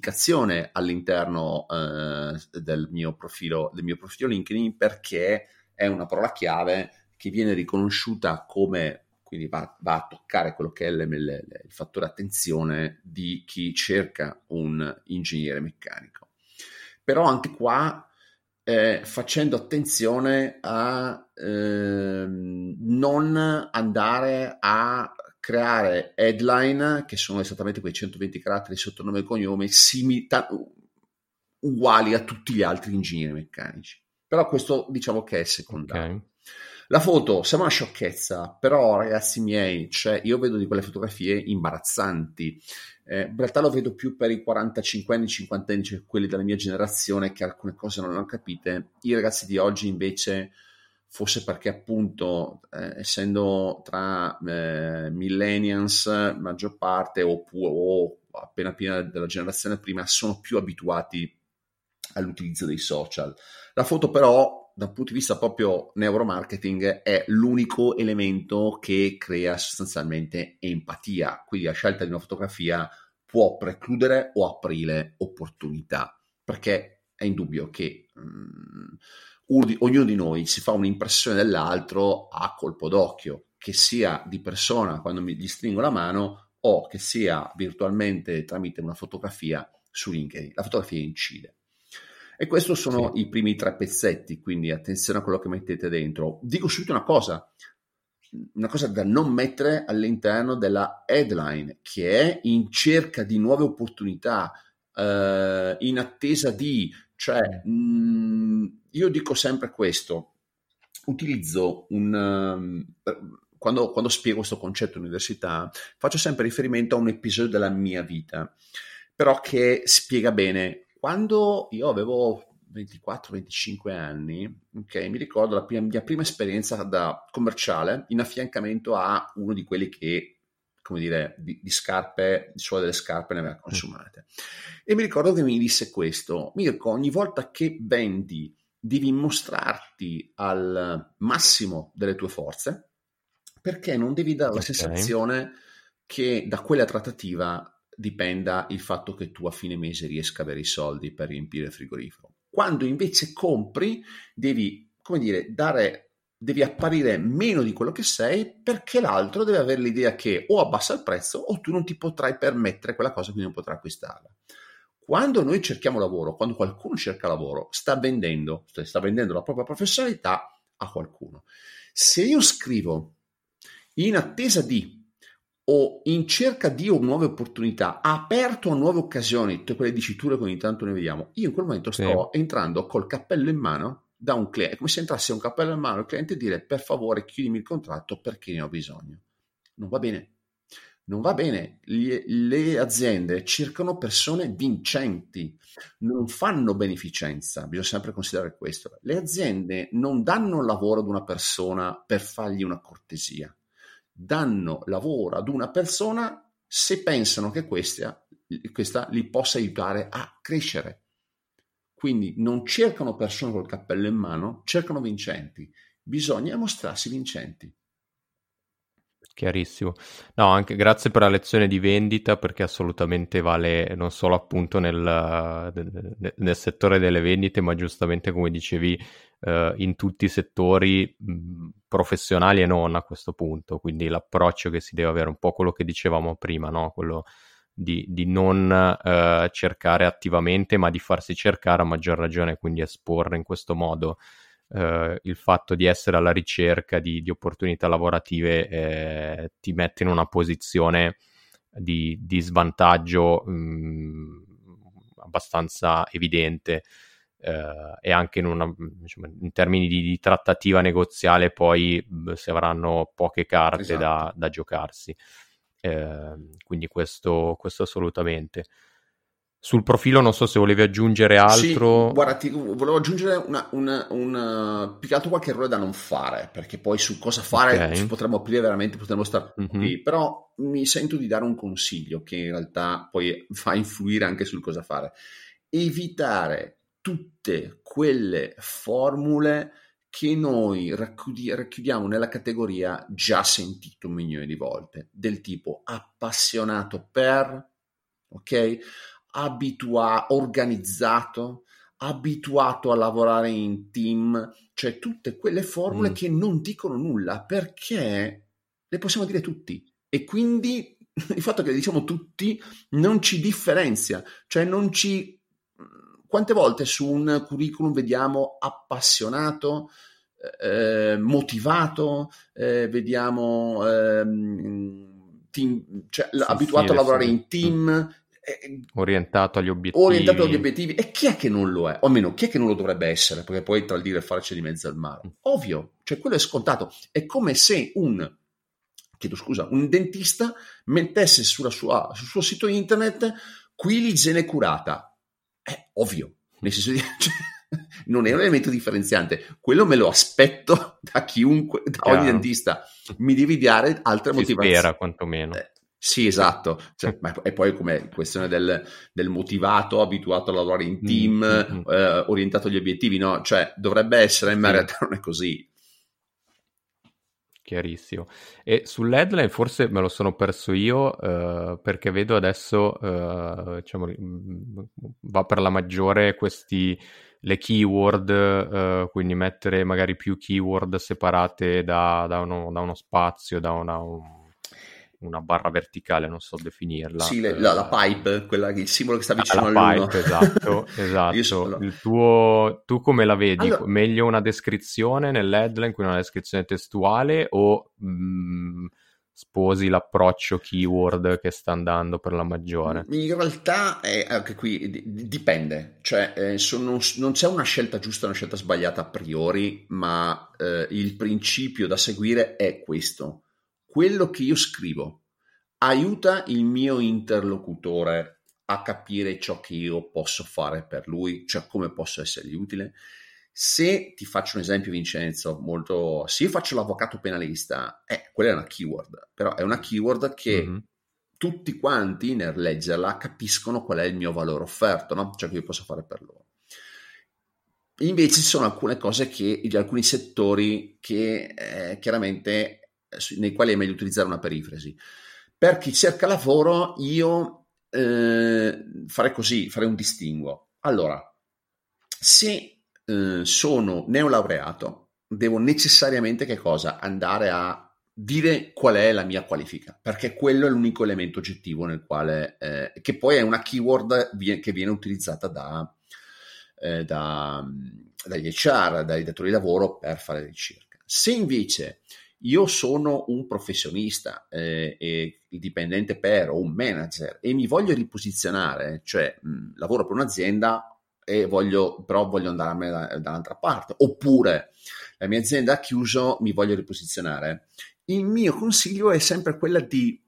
indicazione all'interno del mio profilo LinkedIn, perché è una parola chiave che viene riconosciuta come, quindi va a toccare quello che è il fattore attenzione di chi cerca un ingegnere meccanico. Però anche qua facendo attenzione a non andare a creare headline che sono esattamente quei 120 caratteri sotto nome e cognome uguali a tutti gli altri ingegneri meccanici. Però questo diciamo che è secondario. Ok. La foto sembra una sciocchezza, però ragazzi miei, cioè io vedo di quelle fotografie imbarazzanti. In realtà lo vedo più per i 45 anni, 50 anni, cioè quelli della mia generazione che alcune cose non hanno capite. I ragazzi di oggi invece, forse perché appunto essendo tra millennials maggior parte o appena della generazione prima, sono più abituati all'utilizzo dei social. La foto però dal punto di vista proprio neuromarketing è l'unico elemento che crea sostanzialmente empatia, quindi la scelta di una fotografia può precludere o aprire opportunità, perché è indubbio che ognuno di noi si fa un'impressione dell'altro a colpo d'occhio, che sia di persona quando gli stringo la mano o che sia virtualmente tramite una fotografia su LinkedIn. La fotografia incide. E questi sono i primi 3 pezzetti, quindi attenzione a quello che mettete dentro. Dico subito una cosa da non mettere all'interno della headline, che è in cerca di nuove opportunità, in attesa di, cioè io dico sempre questo, utilizzo quando spiego questo concetto all'università, faccio sempre riferimento a un episodio della mia vita, però che spiega bene. Quando io avevo 24-25 anni, okay, mi ricordo la mia prima esperienza da commerciale in affiancamento a uno di quelli che, come dire, di scarpe, di suola delle scarpe ne aveva consumate. E mi ricordo che mi disse questo: Mirko, ogni volta che vendi devi mostrarti al massimo delle tue forze, perché non devi dare la sensazione che da quella trattativa dipenda il fatto che tu a fine mese riesca a avere i soldi per riempire il frigorifero. Quando invece compri devi, come dire, devi apparire meno di quello che sei, perché l'altro deve avere l'idea che o abbassa il prezzo o tu non ti potrai permettere quella cosa, quindi non potrai acquistarla. Quando noi cerchiamo lavoro, quando qualcuno cerca lavoro, sta vendendo la propria professionalità a qualcuno. Se io scrivo in attesa di o in cerca di nuove opportunità, aperto a nuove occasioni, tutte quelle diciture che ogni tanto ne vediamo, io in quel momento sto entrando col cappello in mano da un cliente, come se entrasse un cappello in mano al cliente e dire: per favore chiudimi il contratto perché ne ho bisogno. Non va bene. Non va bene. Le aziende cercano persone vincenti, non fanno beneficenza, bisogna sempre considerare questo. Le aziende non danno lavoro ad una persona per fargli una cortesia, danno lavoro ad una persona se pensano che questa li possa aiutare a crescere. Quindi non cercano persone col cappello in mano, cercano vincenti. Bisogna mostrarsi vincenti. Chiarissimo. No, anche grazie per la lezione di vendita, perché assolutamente vale non solo appunto nel settore delle vendite, ma giustamente come dicevi in tutti i settori professionali e non a questo punto. Quindi l'approccio che si deve avere, un po' quello che dicevamo prima, no? Quello di non cercare attivamente, ma di farsi cercare a maggior ragione, quindi esporre in questo modo il fatto di essere alla ricerca di opportunità lavorative ti mette in una posizione di svantaggio abbastanza evidente, e anche diciamo, in termini di trattativa negoziale poi si avranno poche carte da giocarsi, quindi questo assolutamente. Sul profilo non so se volevi aggiungere altro. Sì, guarda, volevo aggiungere più che altro qualche errore da non fare, perché poi su cosa fare ci potremmo aprire veramente, potremmo stare qui, però mi sento di dare un consiglio che in realtà poi fa influire anche sul cosa fare. Evitare tutte quelle formule che noi racchiudiamo nella categoria già sentito 1 milione di volte, del tipo appassionato per, ok? Organizzato, abituato a lavorare in team, cioè tutte quelle formule Mm. che non dicono nulla perché le possiamo dire tutti e quindi il fatto che le diciamo tutti non ci differenzia, cioè non ci... Quante volte su un curriculum vediamo appassionato, motivato, vediamo cioè, Sì, sì, abituato a lavorare in Mm. team, Orientato agli orientato agli obiettivi. obiettivi. E chi è che non lo è? O almeno, chi è che non lo dovrebbe essere? Perché poi tra il dire e fare c'è di mezzo al mare. Ovvio, cioè quello è scontato. È come se un dentista mettesse sul suo sito internet qui l'igiene curata. È ovvio, nel senso di, cioè, non è un elemento differenziante. Quello me lo aspetto da chiunque, da ogni Chiaro. dentista. Mi devi dare altre Si motivazioni. spera, quantomeno. Sì, esatto. Cioè, e poi come questione del motivato, abituato a lavorare in team, orientato agli obiettivi, no? Cioè, dovrebbe essere, ma in Sì. realtà non è così. Chiarissimo. E sull'headline forse me lo sono perso io, perché vedo adesso, diciamo, va per la maggiore le keyword, quindi mettere magari più keyword separate da uno spazio, da una barra verticale, non so definirla. Sì, la pipe, il simbolo che sta vicino La all'uno. pipe, esatto, esatto. Allora, Tu come la vedi? allora, Meglio una descrizione nell'headline, quindi una descrizione testuale, o sposi l'approccio keyword che sta andando per la maggiore? in realtà anche qui dipende, cioè non c'è una scelta giusta e una scelta sbagliata a priori, ma il principio da seguire è questo. Quello che io scrivo aiuta il mio interlocutore a capire ciò che io posso fare per lui, cioè come posso essergli utile. Se ti faccio un esempio, Vincenzo, se io faccio l'avvocato penalista, quella è una keyword, però è una keyword che tutti quanti nel leggerla capiscono qual è il mio valore offerto, no? Cioè che io posso fare per loro. Invece ci sono alcune cose di alcuni settori che chiaramente nei quali è meglio utilizzare una perifrasi. Per chi cerca lavoro io farei un distinguo. Allora, se sono neolaureato, devo necessariamente che cosa? Andare a dire qual è la mia qualifica, perché quello è l'unico elemento oggettivo nel quale, che poi è una keyword che viene utilizzata dagli HR, dai datori di lavoro per fare ricerca. Se invece io sono un professionista e il dipendente o un manager e mi voglio riposizionare, cioè lavoro per un'azienda e voglio andarmene dall'altra parte, oppure la mia azienda ha chiuso, mi voglio riposizionare. Il mio consiglio è sempre quella di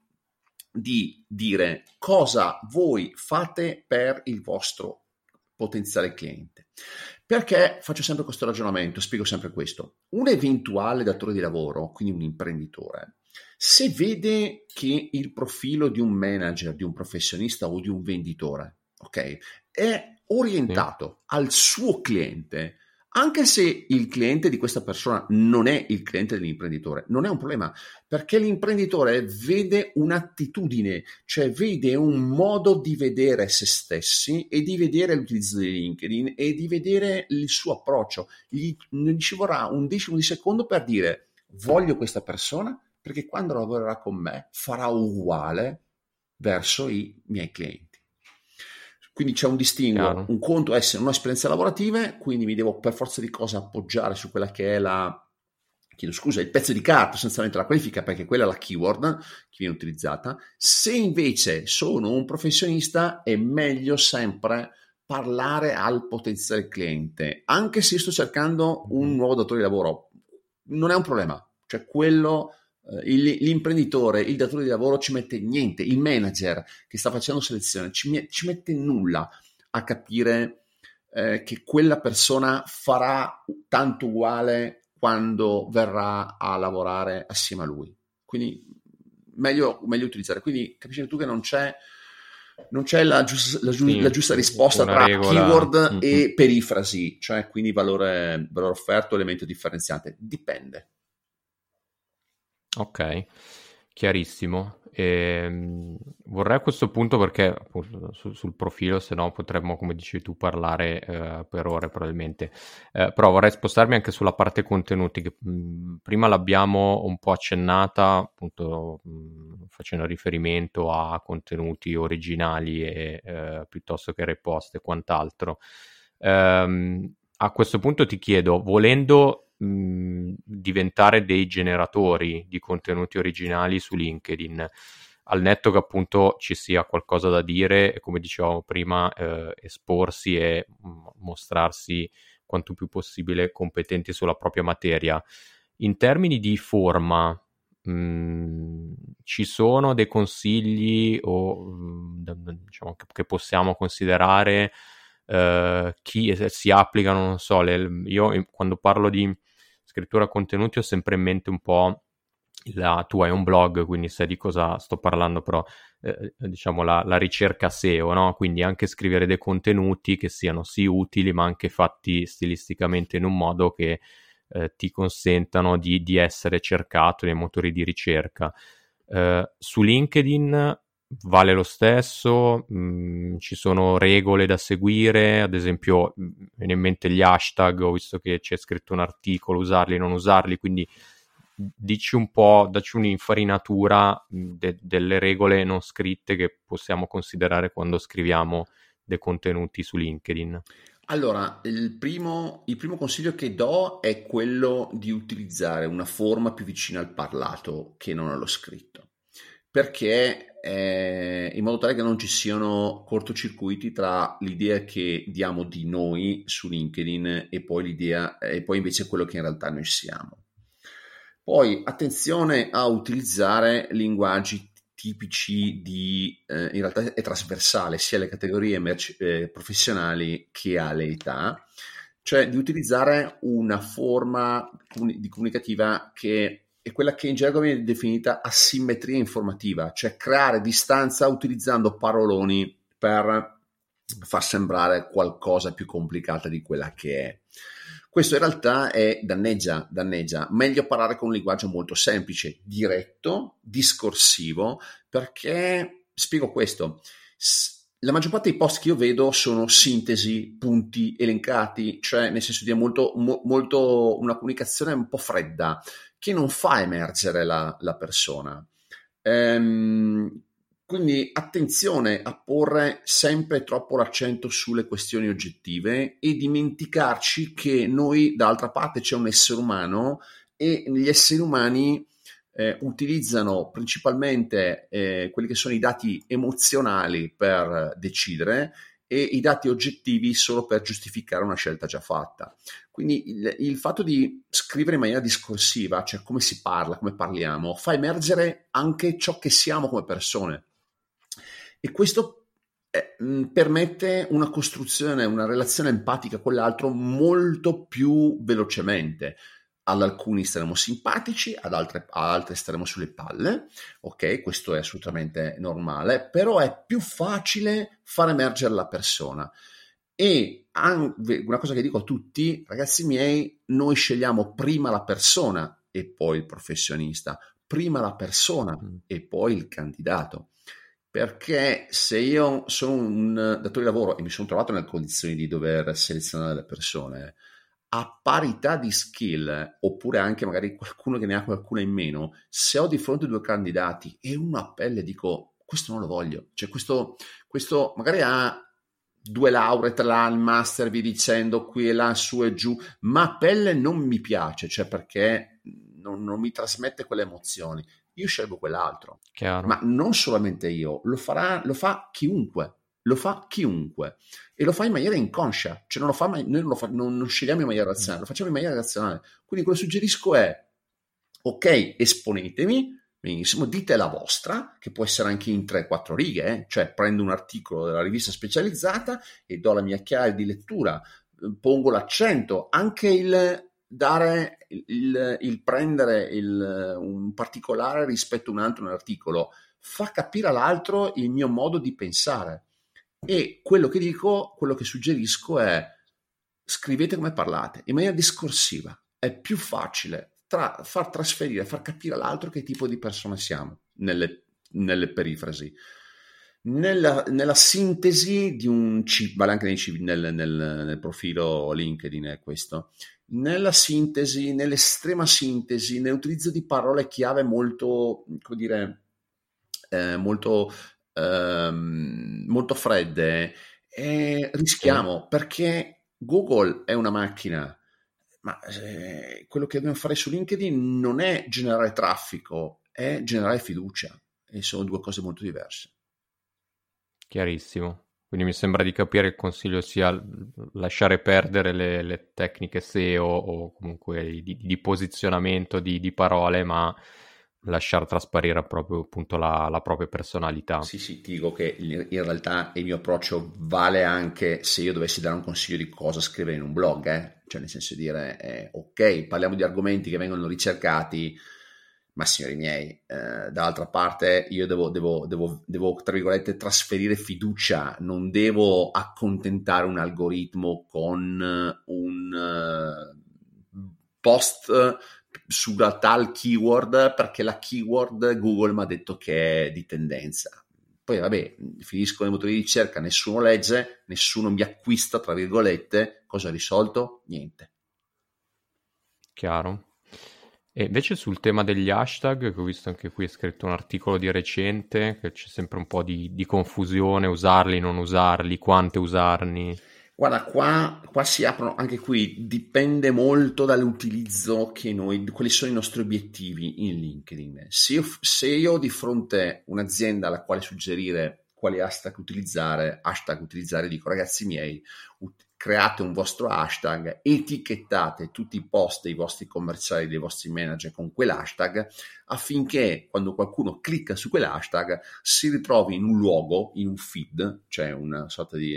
dire cosa voi fate per il vostro potenziale cliente. Perché faccio sempre questo ragionamento, spiego sempre questo. Un eventuale datore di lavoro, quindi un imprenditore, se vede che il profilo di un manager, di un professionista o di un venditore, ok, è orientato al suo cliente, anche se il cliente di questa persona non è il cliente dell'imprenditore, non è un problema, perché l'imprenditore vede un'attitudine, cioè vede un modo di vedere se stessi e di vedere l'utilizzo di LinkedIn e di vedere il suo approccio. Gli ci vorrà un decimo di secondo per dire voglio questa persona perché quando lavorerà con me farà uguale verso i miei clienti. Quindi c'è un distinguo, Chiaro. un conto è essere un'esperienza lavorativa, quindi mi devo per forza di cose appoggiare su quella che è il pezzo di carta, sostanzialmente la qualifica, perché quella è la keyword che viene utilizzata. Se invece sono un professionista è meglio sempre parlare al potenziale cliente, anche se io sto cercando un nuovo datore di lavoro, non è un problema, cioè quello... l'imprenditore, il datore di lavoro ci mette niente, il manager che sta facendo selezione ci mette nulla a capire che quella persona farà tanto uguale quando verrà a lavorare assieme a lui. Quindi meglio utilizzare. Quindi capisci tu che non c'è la giusta risposta tra regola. keyword e perifrasi, cioè quindi valore offerto, elemento differenziante. Dipende. Ok. Chiarissimo. Vorrei a questo punto, perché appunto, sul profilo, se no potremmo, come dici tu, parlare per ore probabilmente. Però vorrei spostarmi anche sulla parte contenuti, che prima l'abbiamo un po' accennata, appunto facendo riferimento a contenuti originali e piuttosto che repost e quant'altro. A questo punto ti chiedo, volendo diventare dei generatori di contenuti originali su LinkedIn, al netto che appunto ci sia qualcosa da dire e, come dicevamo prima, esporsi e mostrarsi quanto più possibile competenti sulla propria materia. In termini di forma, ci sono dei consigli o diciamo che possiamo considerare, chi si applicano, non so, io quando parlo di scrittura contenuti ho sempre in mente un po' tu hai un blog, quindi sai di cosa sto parlando, però diciamo la ricerca SEO, no? Quindi anche scrivere dei contenuti che siano sì utili, ma anche fatti stilisticamente in un modo che ti consentano di essere cercato nei motori di ricerca. Su LinkedIn vale lo stesso, ci sono regole da seguire, ad esempio viene in mente gli hashtag, ho visto che c'è scritto un articolo, usarli, non usarli, quindi dici un po', dacci un'infarinatura delle regole non scritte che possiamo considerare quando scriviamo dei contenuti su LinkedIn. Allora, il primo consiglio che do è quello di utilizzare una forma più vicina al parlato che non allo scritto, perché in modo tale che non ci siano cortocircuiti tra l'idea che diamo di noi su LinkedIn e poi l'idea e poi invece quello che in realtà noi siamo. Poi attenzione a utilizzare linguaggi tipici in realtà è trasversale sia alle categorie professionali che alle età, cioè di utilizzare una forma di comunicativa che è quella che in gergo viene definita asimmetria informativa, cioè creare distanza utilizzando paroloni per far sembrare qualcosa più complicata di quella che è. Questo in realtà danneggia. Meglio parlare con un linguaggio molto semplice, diretto, discorsivo, perché spiego questo. La maggior parte dei post che io vedo sono sintesi, punti elencati, cioè nel senso di molto una comunicazione un po' fredda, che non fa emergere la persona. Quindi attenzione a porre sempre troppo l'accento sulle questioni oggettive e dimenticarci che noi dall'altra parte c'è un essere umano e gli esseri umani utilizzano principalmente quelli che sono i dati emozionali per decidere e i dati oggettivi solo per giustificare una scelta già fatta. Quindi il fatto di scrivere in maniera discorsiva, cioè come si parla, come parliamo, fa emergere anche ciò che siamo come persone. E questo permette una costruzione, una relazione empatica con l'altro molto più velocemente. Ad alcuni staremo simpatici, ad altri staremo sulle palle, ok? Questo è assolutamente normale, però è più facile far emergere la persona. E una cosa che dico a tutti, ragazzi miei, noi scegliamo prima la persona e poi il professionista, prima la persona e poi il candidato. Perché se io sono un datore di lavoro e mi sono trovato nelle condizioni di dover selezionare le persone a parità di skill, oppure anche magari qualcuno che ne ha qualcuna in meno, se ho di fronte due candidati e uno a pelle dico questo non lo voglio, cioè questo magari ha 2 lauree, 3 al master, vi dicendo qui e là, su e giù, ma a pelle non mi piace, cioè perché non mi trasmette quelle emozioni. Io scelgo quell'altro. Chiaro. Ma non solamente io, lo fa chiunque. E lo fa in maniera inconscia, cioè noi non scegliamo in maniera razionale, lo facciamo in maniera razionale. Quindi quello che suggerisco è ok, esponetemi, benissimo, dite la vostra, che può essere anche in 3-4 righe, cioè prendo un articolo della rivista specializzata e do la mia chiave di lettura, pongo l'accento, anche il dare il prendere un particolare rispetto a un altro nell'articolo fa capire all'altro il mio modo di pensare. E quello che suggerisco è scrivete come parlate, in maniera discorsiva. È più facile far trasferire, far capire all'altro che tipo di persona siamo nelle perifrasi. Nella sintesi di un vale anche nel profilo LinkedIn è questo, nella sintesi, nell'estrema sintesi, nell'utilizzo di parole chiave molto, come dire, molto fredde, rischiamo, perché Google è una macchina, ma quello che dobbiamo fare su LinkedIn non è generare traffico, è generare fiducia, e sono due cose molto diverse. Chiarissimo. Quindi mi sembra di capire il consiglio sia lasciare perdere le tecniche SEO o comunque di posizionamento di parole, ma lasciar trasparire proprio appunto la propria personalità. Sì, ti dico che in realtà il mio approccio vale anche se io dovessi dare un consiglio di cosa scrivere in un blog, cioè nel senso di dire ok, parliamo di argomenti che vengono ricercati, ma signori miei, dall'altra parte io devo tra virgolette trasferire fiducia, non devo accontentare un algoritmo con un post sulla tal keyword perché la keyword Google mi ha detto che è di tendenza. Poi vabbè, finisco nei motori di ricerca, nessuno legge, nessuno mi acquista, tra virgolette, cosa ha risolto? Niente. Chiaro. E invece sul tema degli hashtag, che ho visto anche qui, è scritto un articolo di recente, che c'è sempre un po' di confusione, usarli, non usarli, quante usarli. Guarda, qua si aprono, anche qui dipende molto dall'utilizzo che quali sono i nostri obiettivi in LinkedIn. Se io ho di fronte un'azienda alla quale suggerire quali hashtag utilizzare, dico ragazzi miei, create un vostro hashtag, etichettate tutti i post dei vostri commerciali, dei vostri manager con quell'hashtag, affinché quando qualcuno clicca su quell'hashtag si ritrovi in un luogo, in un feed, cioè una sorta di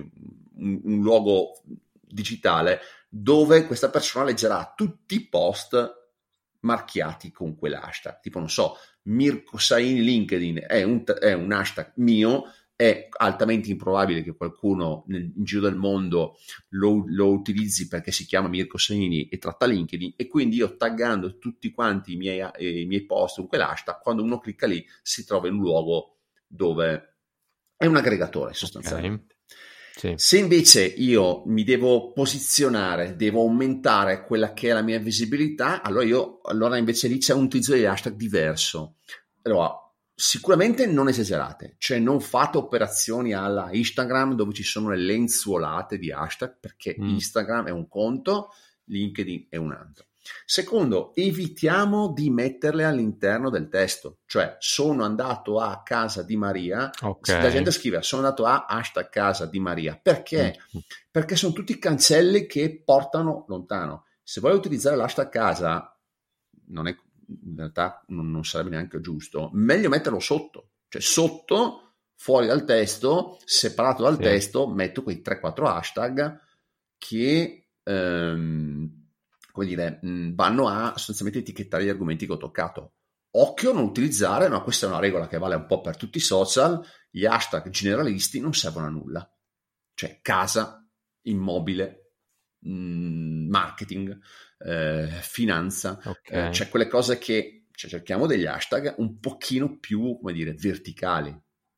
un luogo digitale dove questa persona leggerà tutti i post marchiati con quell'hashtag. Tipo, non so, Mirko Saini LinkedIn è un hashtag mio, è altamente improbabile che qualcuno in giro del mondo lo utilizzi perché si chiama Mirko Saini e tratta LinkedIn, e quindi io taggando tutti quanti i miei post con quell'hashtag, quando uno clicca lì si trova in un luogo dove è un aggregatore sostanzialmente. Okay. Sì. Se invece io mi devo posizionare, devo aumentare quella che è la mia visibilità, allora invece lì c'è un utilizzo di hashtag diverso. Allora, sicuramente non esagerate, cioè non fate operazioni alla Instagram dove ci sono le lenzuolate di hashtag, perché Instagram è un conto, LinkedIn è un altro. Secondo, evitiamo di metterle all'interno del testo, cioè sono andato a casa di Maria, Okay. la gente scrive sono andato a hashtag casa di Maria, perché? Perché sono tutti cancelli che portano lontano. Se vuoi utilizzare l'hashtag casa, in realtà non sarebbe neanche giusto, meglio metterlo sotto, cioè sotto, fuori dal testo, separato dal testo, metto quei 3-4 hashtag che come dire, vanno a sostanzialmente etichettare gli argomenti che ho toccato. Occhio a non utilizzare, ma questa è una regola che vale un po' per tutti i social, gli hashtag generalisti non servono a nulla. Cioè casa, immobile, marketing, finanza, cioè quelle cose che cerchiamo degli hashtag un pochino più, come dire, verticali.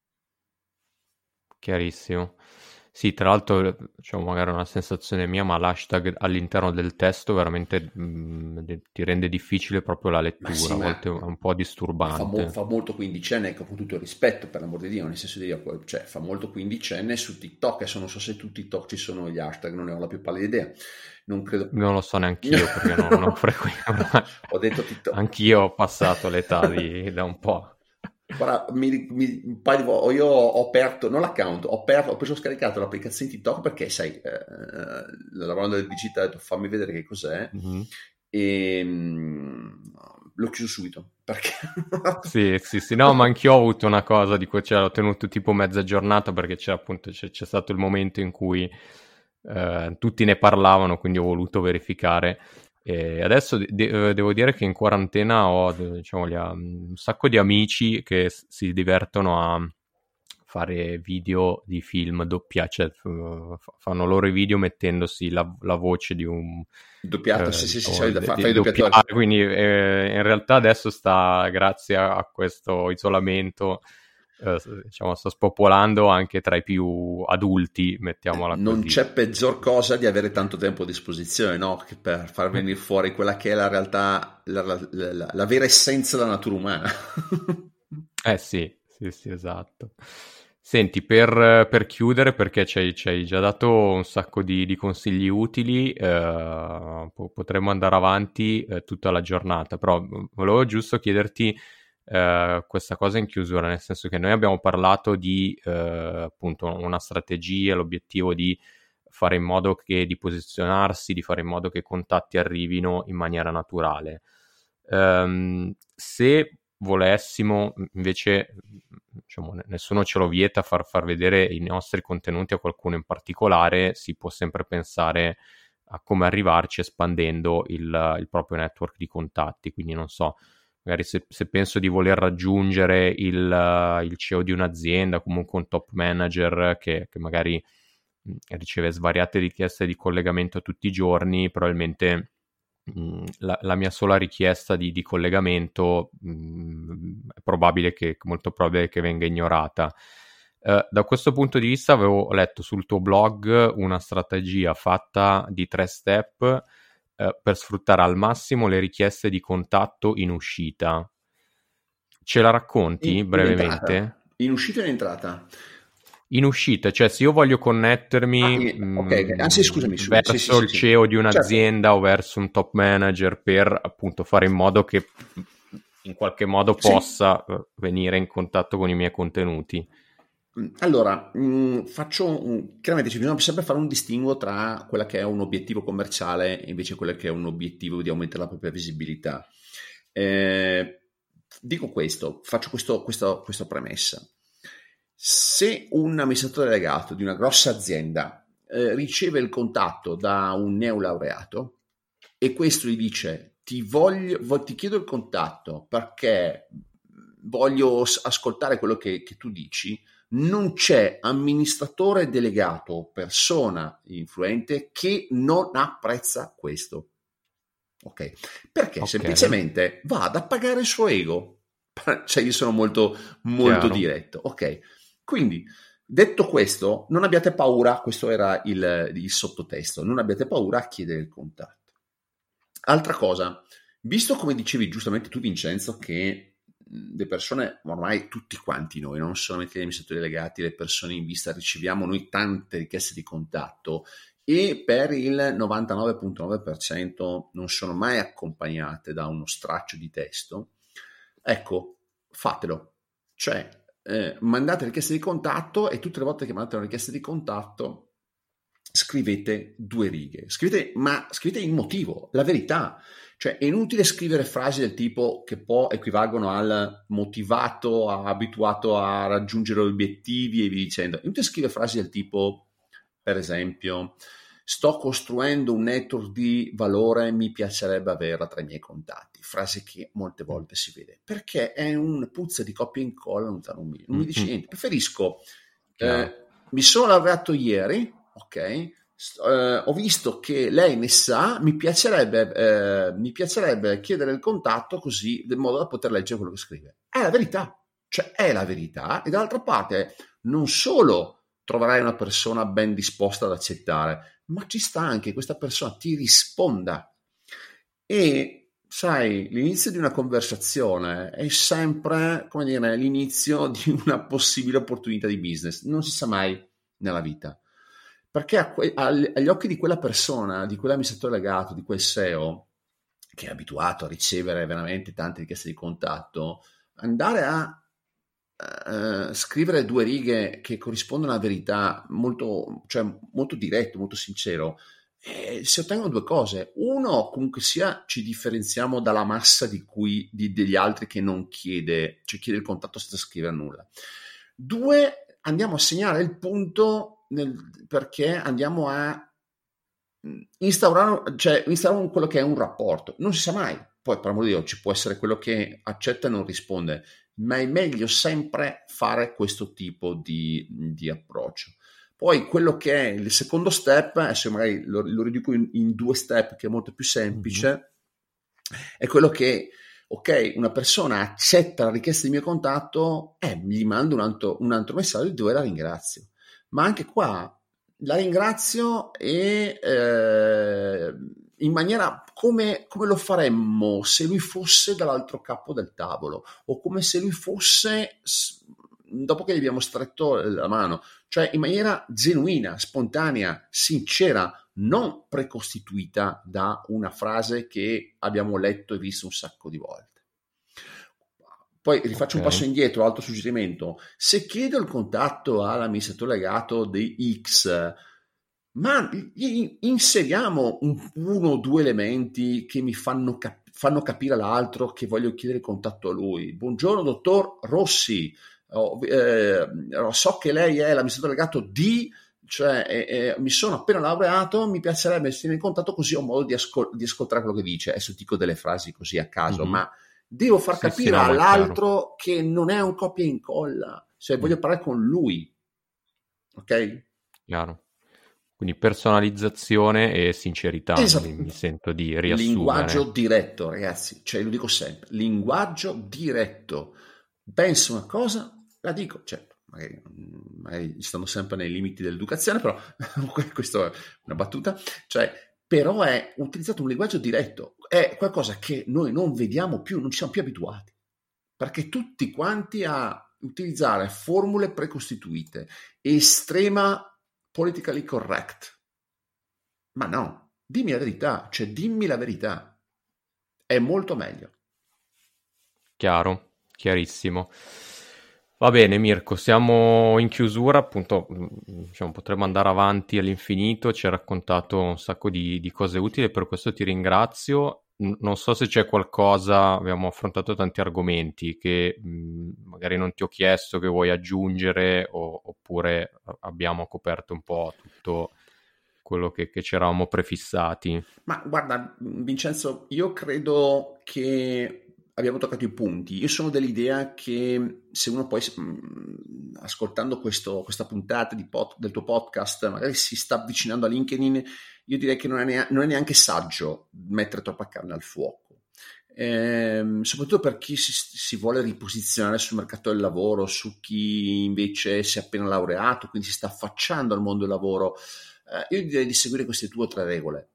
Chiarissimo. Sì, tra l'altro, diciamo, magari una sensazione mia, ma l'hashtag all'interno del testo veramente ti rende difficile proprio la lettura, a volte è un po' disturbante. Fa molto quindicenne, con tutto il rispetto, per l'amor di Dio, nel senso di dire, cioè fa molto quindicenne su TikTok, adesso non so se su TikTok ci sono gli hashtag, non ne ho la più pallida idea, non credo. Non lo so neanche io perché non frequento. Ho detto TikTok. Anch'io ho passato l'età da un po'. Guarda, un paio di volte io ho aperto, non l'account, ho preso scaricato l'applicazione TikTok perché, sai, lavorando nel digitale, ho detto fammi vedere che cos'è, e l'ho chiuso subito perché sì, no, ma anch'io ho avuto una cosa di cui l'ho tenuto tipo mezza giornata perché c'è stato il momento in cui tutti ne parlavano, quindi ho voluto verificare. E adesso devo dire che in quarantena ho, diciamo, un sacco di amici che si divertono a fare video di film cioè fanno loro i video mettendosi la voce di un doppiato, sì, diciamo, fai di il doppiatore. doppiare, quindi in realtà adesso grazie a questo isolamento, diciamo, sta spopolando anche tra i più adulti, mettiamola Non così. c'è peggior cosa di avere tanto tempo a disposizione, no? Che per far venire fuori quella che è la realtà, la vera essenza della natura umana. Sì, sì, sì, esatto. Senti, per chiudere, perché ci hai già dato un sacco di consigli utili, potremmo andare avanti tutta la giornata, però volevo giusto chiederti questa cosa in chiusura, nel senso che noi abbiamo parlato di appunto una strategia, l'obiettivo di fare in modo di posizionarsi, di fare in modo che i contatti arrivino in maniera naturale. Se volessimo invece, diciamo, nessuno ce lo vieta, far vedere i nostri contenuti a qualcuno in particolare, si può sempre pensare a come arrivarci espandendo il proprio network di contatti. Quindi non so, magari se penso di voler raggiungere il CEO di un'azienda, comunque un top manager che magari riceve svariate richieste di collegamento tutti i giorni, probabilmente la mia sola richiesta di collegamento è molto probabile che venga ignorata. Da questo punto di vista avevo letto sul tuo blog una strategia fatta di 3 step per sfruttare al massimo le richieste di contatto in uscita. Ce la racconti In entrata. brevemente? In uscita e in entrata. In uscita, cioè se io voglio connettermi Ok. Ah sì, scusami. Sì, sì, verso sì, il sì. CEO di Certo. un'azienda o verso un top manager per appunto fare in modo che in qualche modo Sì. possa venire in contatto con i miei contenuti. Allora, chiaramente bisogna sempre fare un distinguo tra quella che è un obiettivo commerciale e invece quella che è un obiettivo di aumentare la propria visibilità. Eh, Dico questo, faccio questa premessa. Se un amministratore delegato di una grossa azienda riceve il contatto da un neolaureato e questo gli dice ti chiedo il contatto perché voglio ascoltare quello che tu dici, non c'è amministratore delegato o persona influente che non apprezza questo. Ok? Perché Ok, semplicemente va ad appagare il suo ego. Cioè, io sono molto, molto chiaro. diretto. Ok? Quindi, detto questo, non abbiate paura, questo era il sottotesto, non abbiate paura a chiedere il contatto. Altra cosa, visto come dicevi giustamente tu, Vincenzo, che le persone, ormai tutti quanti noi, non solamente gli amministratori delegati, le persone in vista, riceviamo noi tante richieste di contatto e per il 99,9% non sono mai accompagnate da uno straccio di testo, ecco, fatelo. Cioè, mandate richieste di contatto e tutte le volte che mandate una richiesta di contatto scrivete 2 righe. Ma scrivete il motivo, la verità. Cioè, è inutile scrivere frasi del tipo che poi equivalgono al motivato, abituato a raggiungere obiettivi e via dicendo. È inutile scrivere frasi del tipo, per esempio, sto costruendo un network di valore, mi piacerebbe averla tra i miei contatti. Frase che molte volte si vede. Perché è un puzza di copia e incolla, non mi dice niente. Preferisco, Chiaro. mi sono laureato ieri, ok? Ho visto che lei ne sa, mi piacerebbe chiedere il contatto così, in modo da poter leggere quello che scrive. È la verità, cioè è la verità, e dall'altra parte non solo troverai una persona ben disposta ad accettare, ma ci sta anche che questa persona ti risponda. E sai, l'inizio di una conversazione è sempre, come dire, l'inizio di una possibile opportunità di business. Non si sa mai nella vita. Perché agli occhi di quella persona, di quell'amministratore legato, di quel SEO, che è abituato a ricevere veramente tante richieste di contatto, andare a scrivere 2 righe che corrispondono alla verità, molto, cioè, molto diretto, molto sincero, si ottengono 2 cose. Uno, comunque sia, ci differenziamo dalla massa degli altri che non chiede, cioè chiede il contatto senza scrivere nulla. 2, andiamo a segnare il punto perché andiamo a instaurare quello che è un rapporto. Non si sa mai. poi per amor di Dio ci può essere quello che accetta e non risponde, ma è meglio sempre fare questo tipo di approccio. Poi quello che è il secondo step, adesso magari lo riduco in due step, che è molto più semplice, è quello che, ok, una persona accetta la richiesta di mio contatto, gli mando un altro messaggio dove la ringrazio. Ma anche qua la ringrazio e in maniera come lo faremmo se lui fosse dall'altro capo del tavolo, o come se lui fosse dopo che gli abbiamo stretto la mano, cioè in maniera genuina, spontanea, sincera, non precostituita da una frase che abbiamo letto e visto un sacco di volte. Poi rifaccio un passo indietro, altro suggerimento. Se chiedo il contatto all'amministratore delegato di X, ma inseriamo uno o due elementi che mi fanno capire all'altro che voglio chiedere il contatto a lui. Buongiorno, dottor Rossi. So che lei è l'amministratore delegato di, cioè mi sono appena laureato, mi piacerebbe essere in contatto, così ho modo di ascoltare quello che dice. Adesso dico delle frasi così a caso, ma devo far capire all'altro che non è un copia e incolla, cioè voglio parlare con lui, ok? Chiaro. Quindi personalizzazione e sincerità, mi sento di riassumere. Linguaggio diretto, ragazzi, cioè lo dico sempre, linguaggio diretto. Penso una cosa, la dico, certo, magari stanno sempre nei limiti dell'educazione, però questa è una battuta, cioè, però è utilizzato un linguaggio diretto, è qualcosa che noi non vediamo più, non ci siamo più abituati, perché tutti quanti a utilizzare formule precostituite, estrema politically correct. Ma no, dimmi la verità, cioè dimmi la verità, è molto meglio. Chiaro, chiarissimo. Va bene Mirko, siamo in chiusura, appunto, diciamo, potremmo andare avanti all'infinito, ci hai raccontato un sacco di cose utili, per questo ti ringrazio. Non so se c'è qualcosa, abbiamo affrontato tanti argomenti che magari non ti ho chiesto, che vuoi aggiungere, oppure abbiamo coperto un po' tutto quello che ci eravamo prefissati. Ma guarda, Vincenzo, io credo che abbiamo toccato i punti. Io sono dell'idea che se uno poi, ascoltando questa puntata del tuo podcast, magari si sta avvicinando a LinkedIn, io direi che non è neanche saggio mettere troppa carne al fuoco. Soprattutto per chi si vuole riposizionare sul mercato del lavoro, su chi invece si è appena laureato, quindi si sta affacciando al mondo del lavoro. Io direi di seguire queste 2 o 3 regole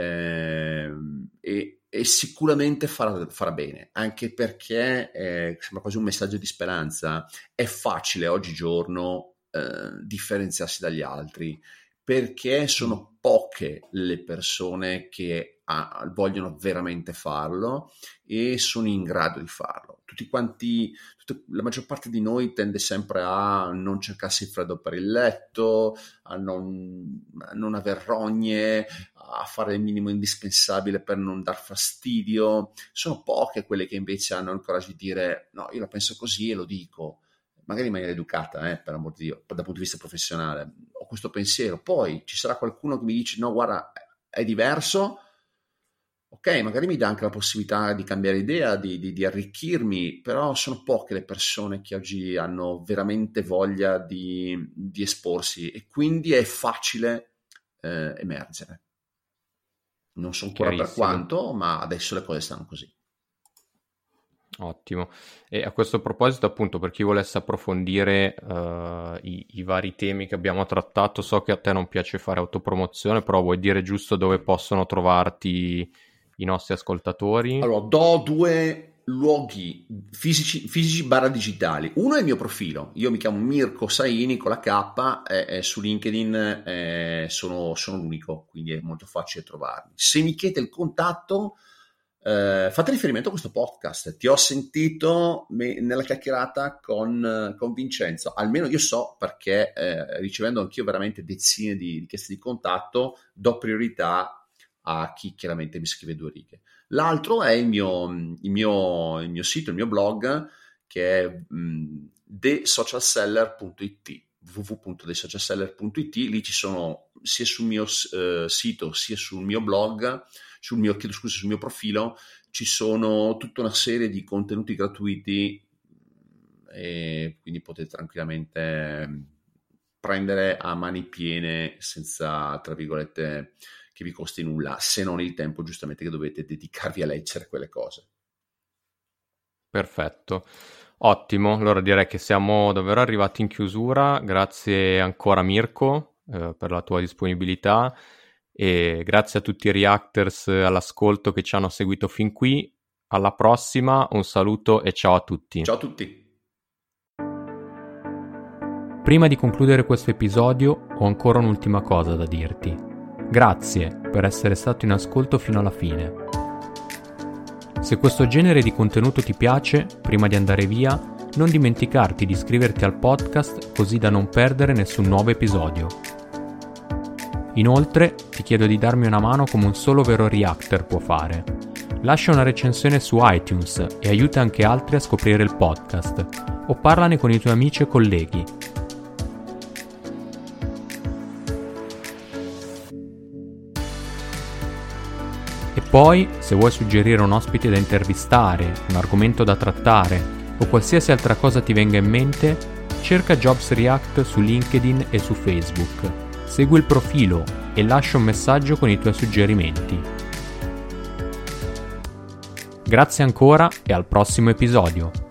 e sicuramente farà bene, anche perché sembra quasi un messaggio di speranza. È facile oggigiorno differenziarsi dagli altri, perché sono poche le persone che vogliono veramente farlo e sono in grado di farlo. Tutti quanti, la maggior parte di noi tende sempre a non cercarsi il freddo per il letto, a non aver rogne, a fare il minimo indispensabile per non dar fastidio. Sono poche quelle che invece hanno il coraggio di dire no, io la penso così e lo dico, magari in maniera educata, per amor di Dio, dal punto di vista professionale. Ho questo pensiero. Poi ci sarà qualcuno che mi dice no, guarda, è diverso. Ok, magari mi dà anche la possibilità di cambiare idea, di arricchirmi, però sono poche le persone che oggi hanno veramente voglia di esporsi e quindi è facile emergere. Non so ancora per quanto, ma adesso le cose stanno così. Ottimo. E a questo proposito, appunto, per chi volesse approfondire i vari temi che abbiamo trattato, so che a te non piace fare autopromozione, però vuoi dire giusto dove possono trovarti i nostri ascoltatori? Allora, do 2 luoghi fisici digitali. Uno è il mio profilo, io mi chiamo Mirko Saini con la K, su LinkedIn sono l'unico, quindi è molto facile trovarmi. Se mi chiedete il contatto, fate riferimento a questo podcast. Ti ho sentito nella chiacchierata con Vincenzo, almeno io so, perché ricevendo anch'io veramente decine di richieste di contatto, do priorità a chi chiaramente mi scrive 2 righe. L'altro è il mio sito, il mio blog, che è thesocialseller.it, www.thesocialseller.it. Lì ci sono, sia sul mio sito sia sul mio blog, sul mio profilo ci sono tutta una serie di contenuti gratuiti e quindi potete tranquillamente prendere a mani piene senza, tra virgolette, che vi costi nulla, se non il tempo giustamente che dovete dedicarvi a leggere quelle cose. Perfetto, ottimo, allora direi che siamo davvero arrivati in chiusura. Grazie ancora Mirko per la tua disponibilità e grazie a tutti i Reactors all'ascolto che ci hanno seguito fin qui. Alla prossima, un saluto e ciao a tutti. Ciao a tutti. Prima di concludere questo episodio ho ancora un'ultima cosa da dirti. Grazie per essere stato in ascolto fino alla fine. Se questo genere di contenuto ti piace, prima di andare via, non dimenticarti di iscriverti al podcast così da non perdere nessun nuovo episodio. Inoltre, ti chiedo di darmi una mano come un solo vero Reactor può fare. Lascia una recensione su iTunes e aiuta anche altri a scoprire il podcast, o parlane con i tuoi amici e colleghi. E poi, se vuoi suggerire un ospite da intervistare, un argomento da trattare o qualsiasi altra cosa ti venga in mente, cerca Jobs React su LinkedIn e su Facebook. Segui il profilo e lascia un messaggio con i tuoi suggerimenti. Grazie ancora e al prossimo episodio.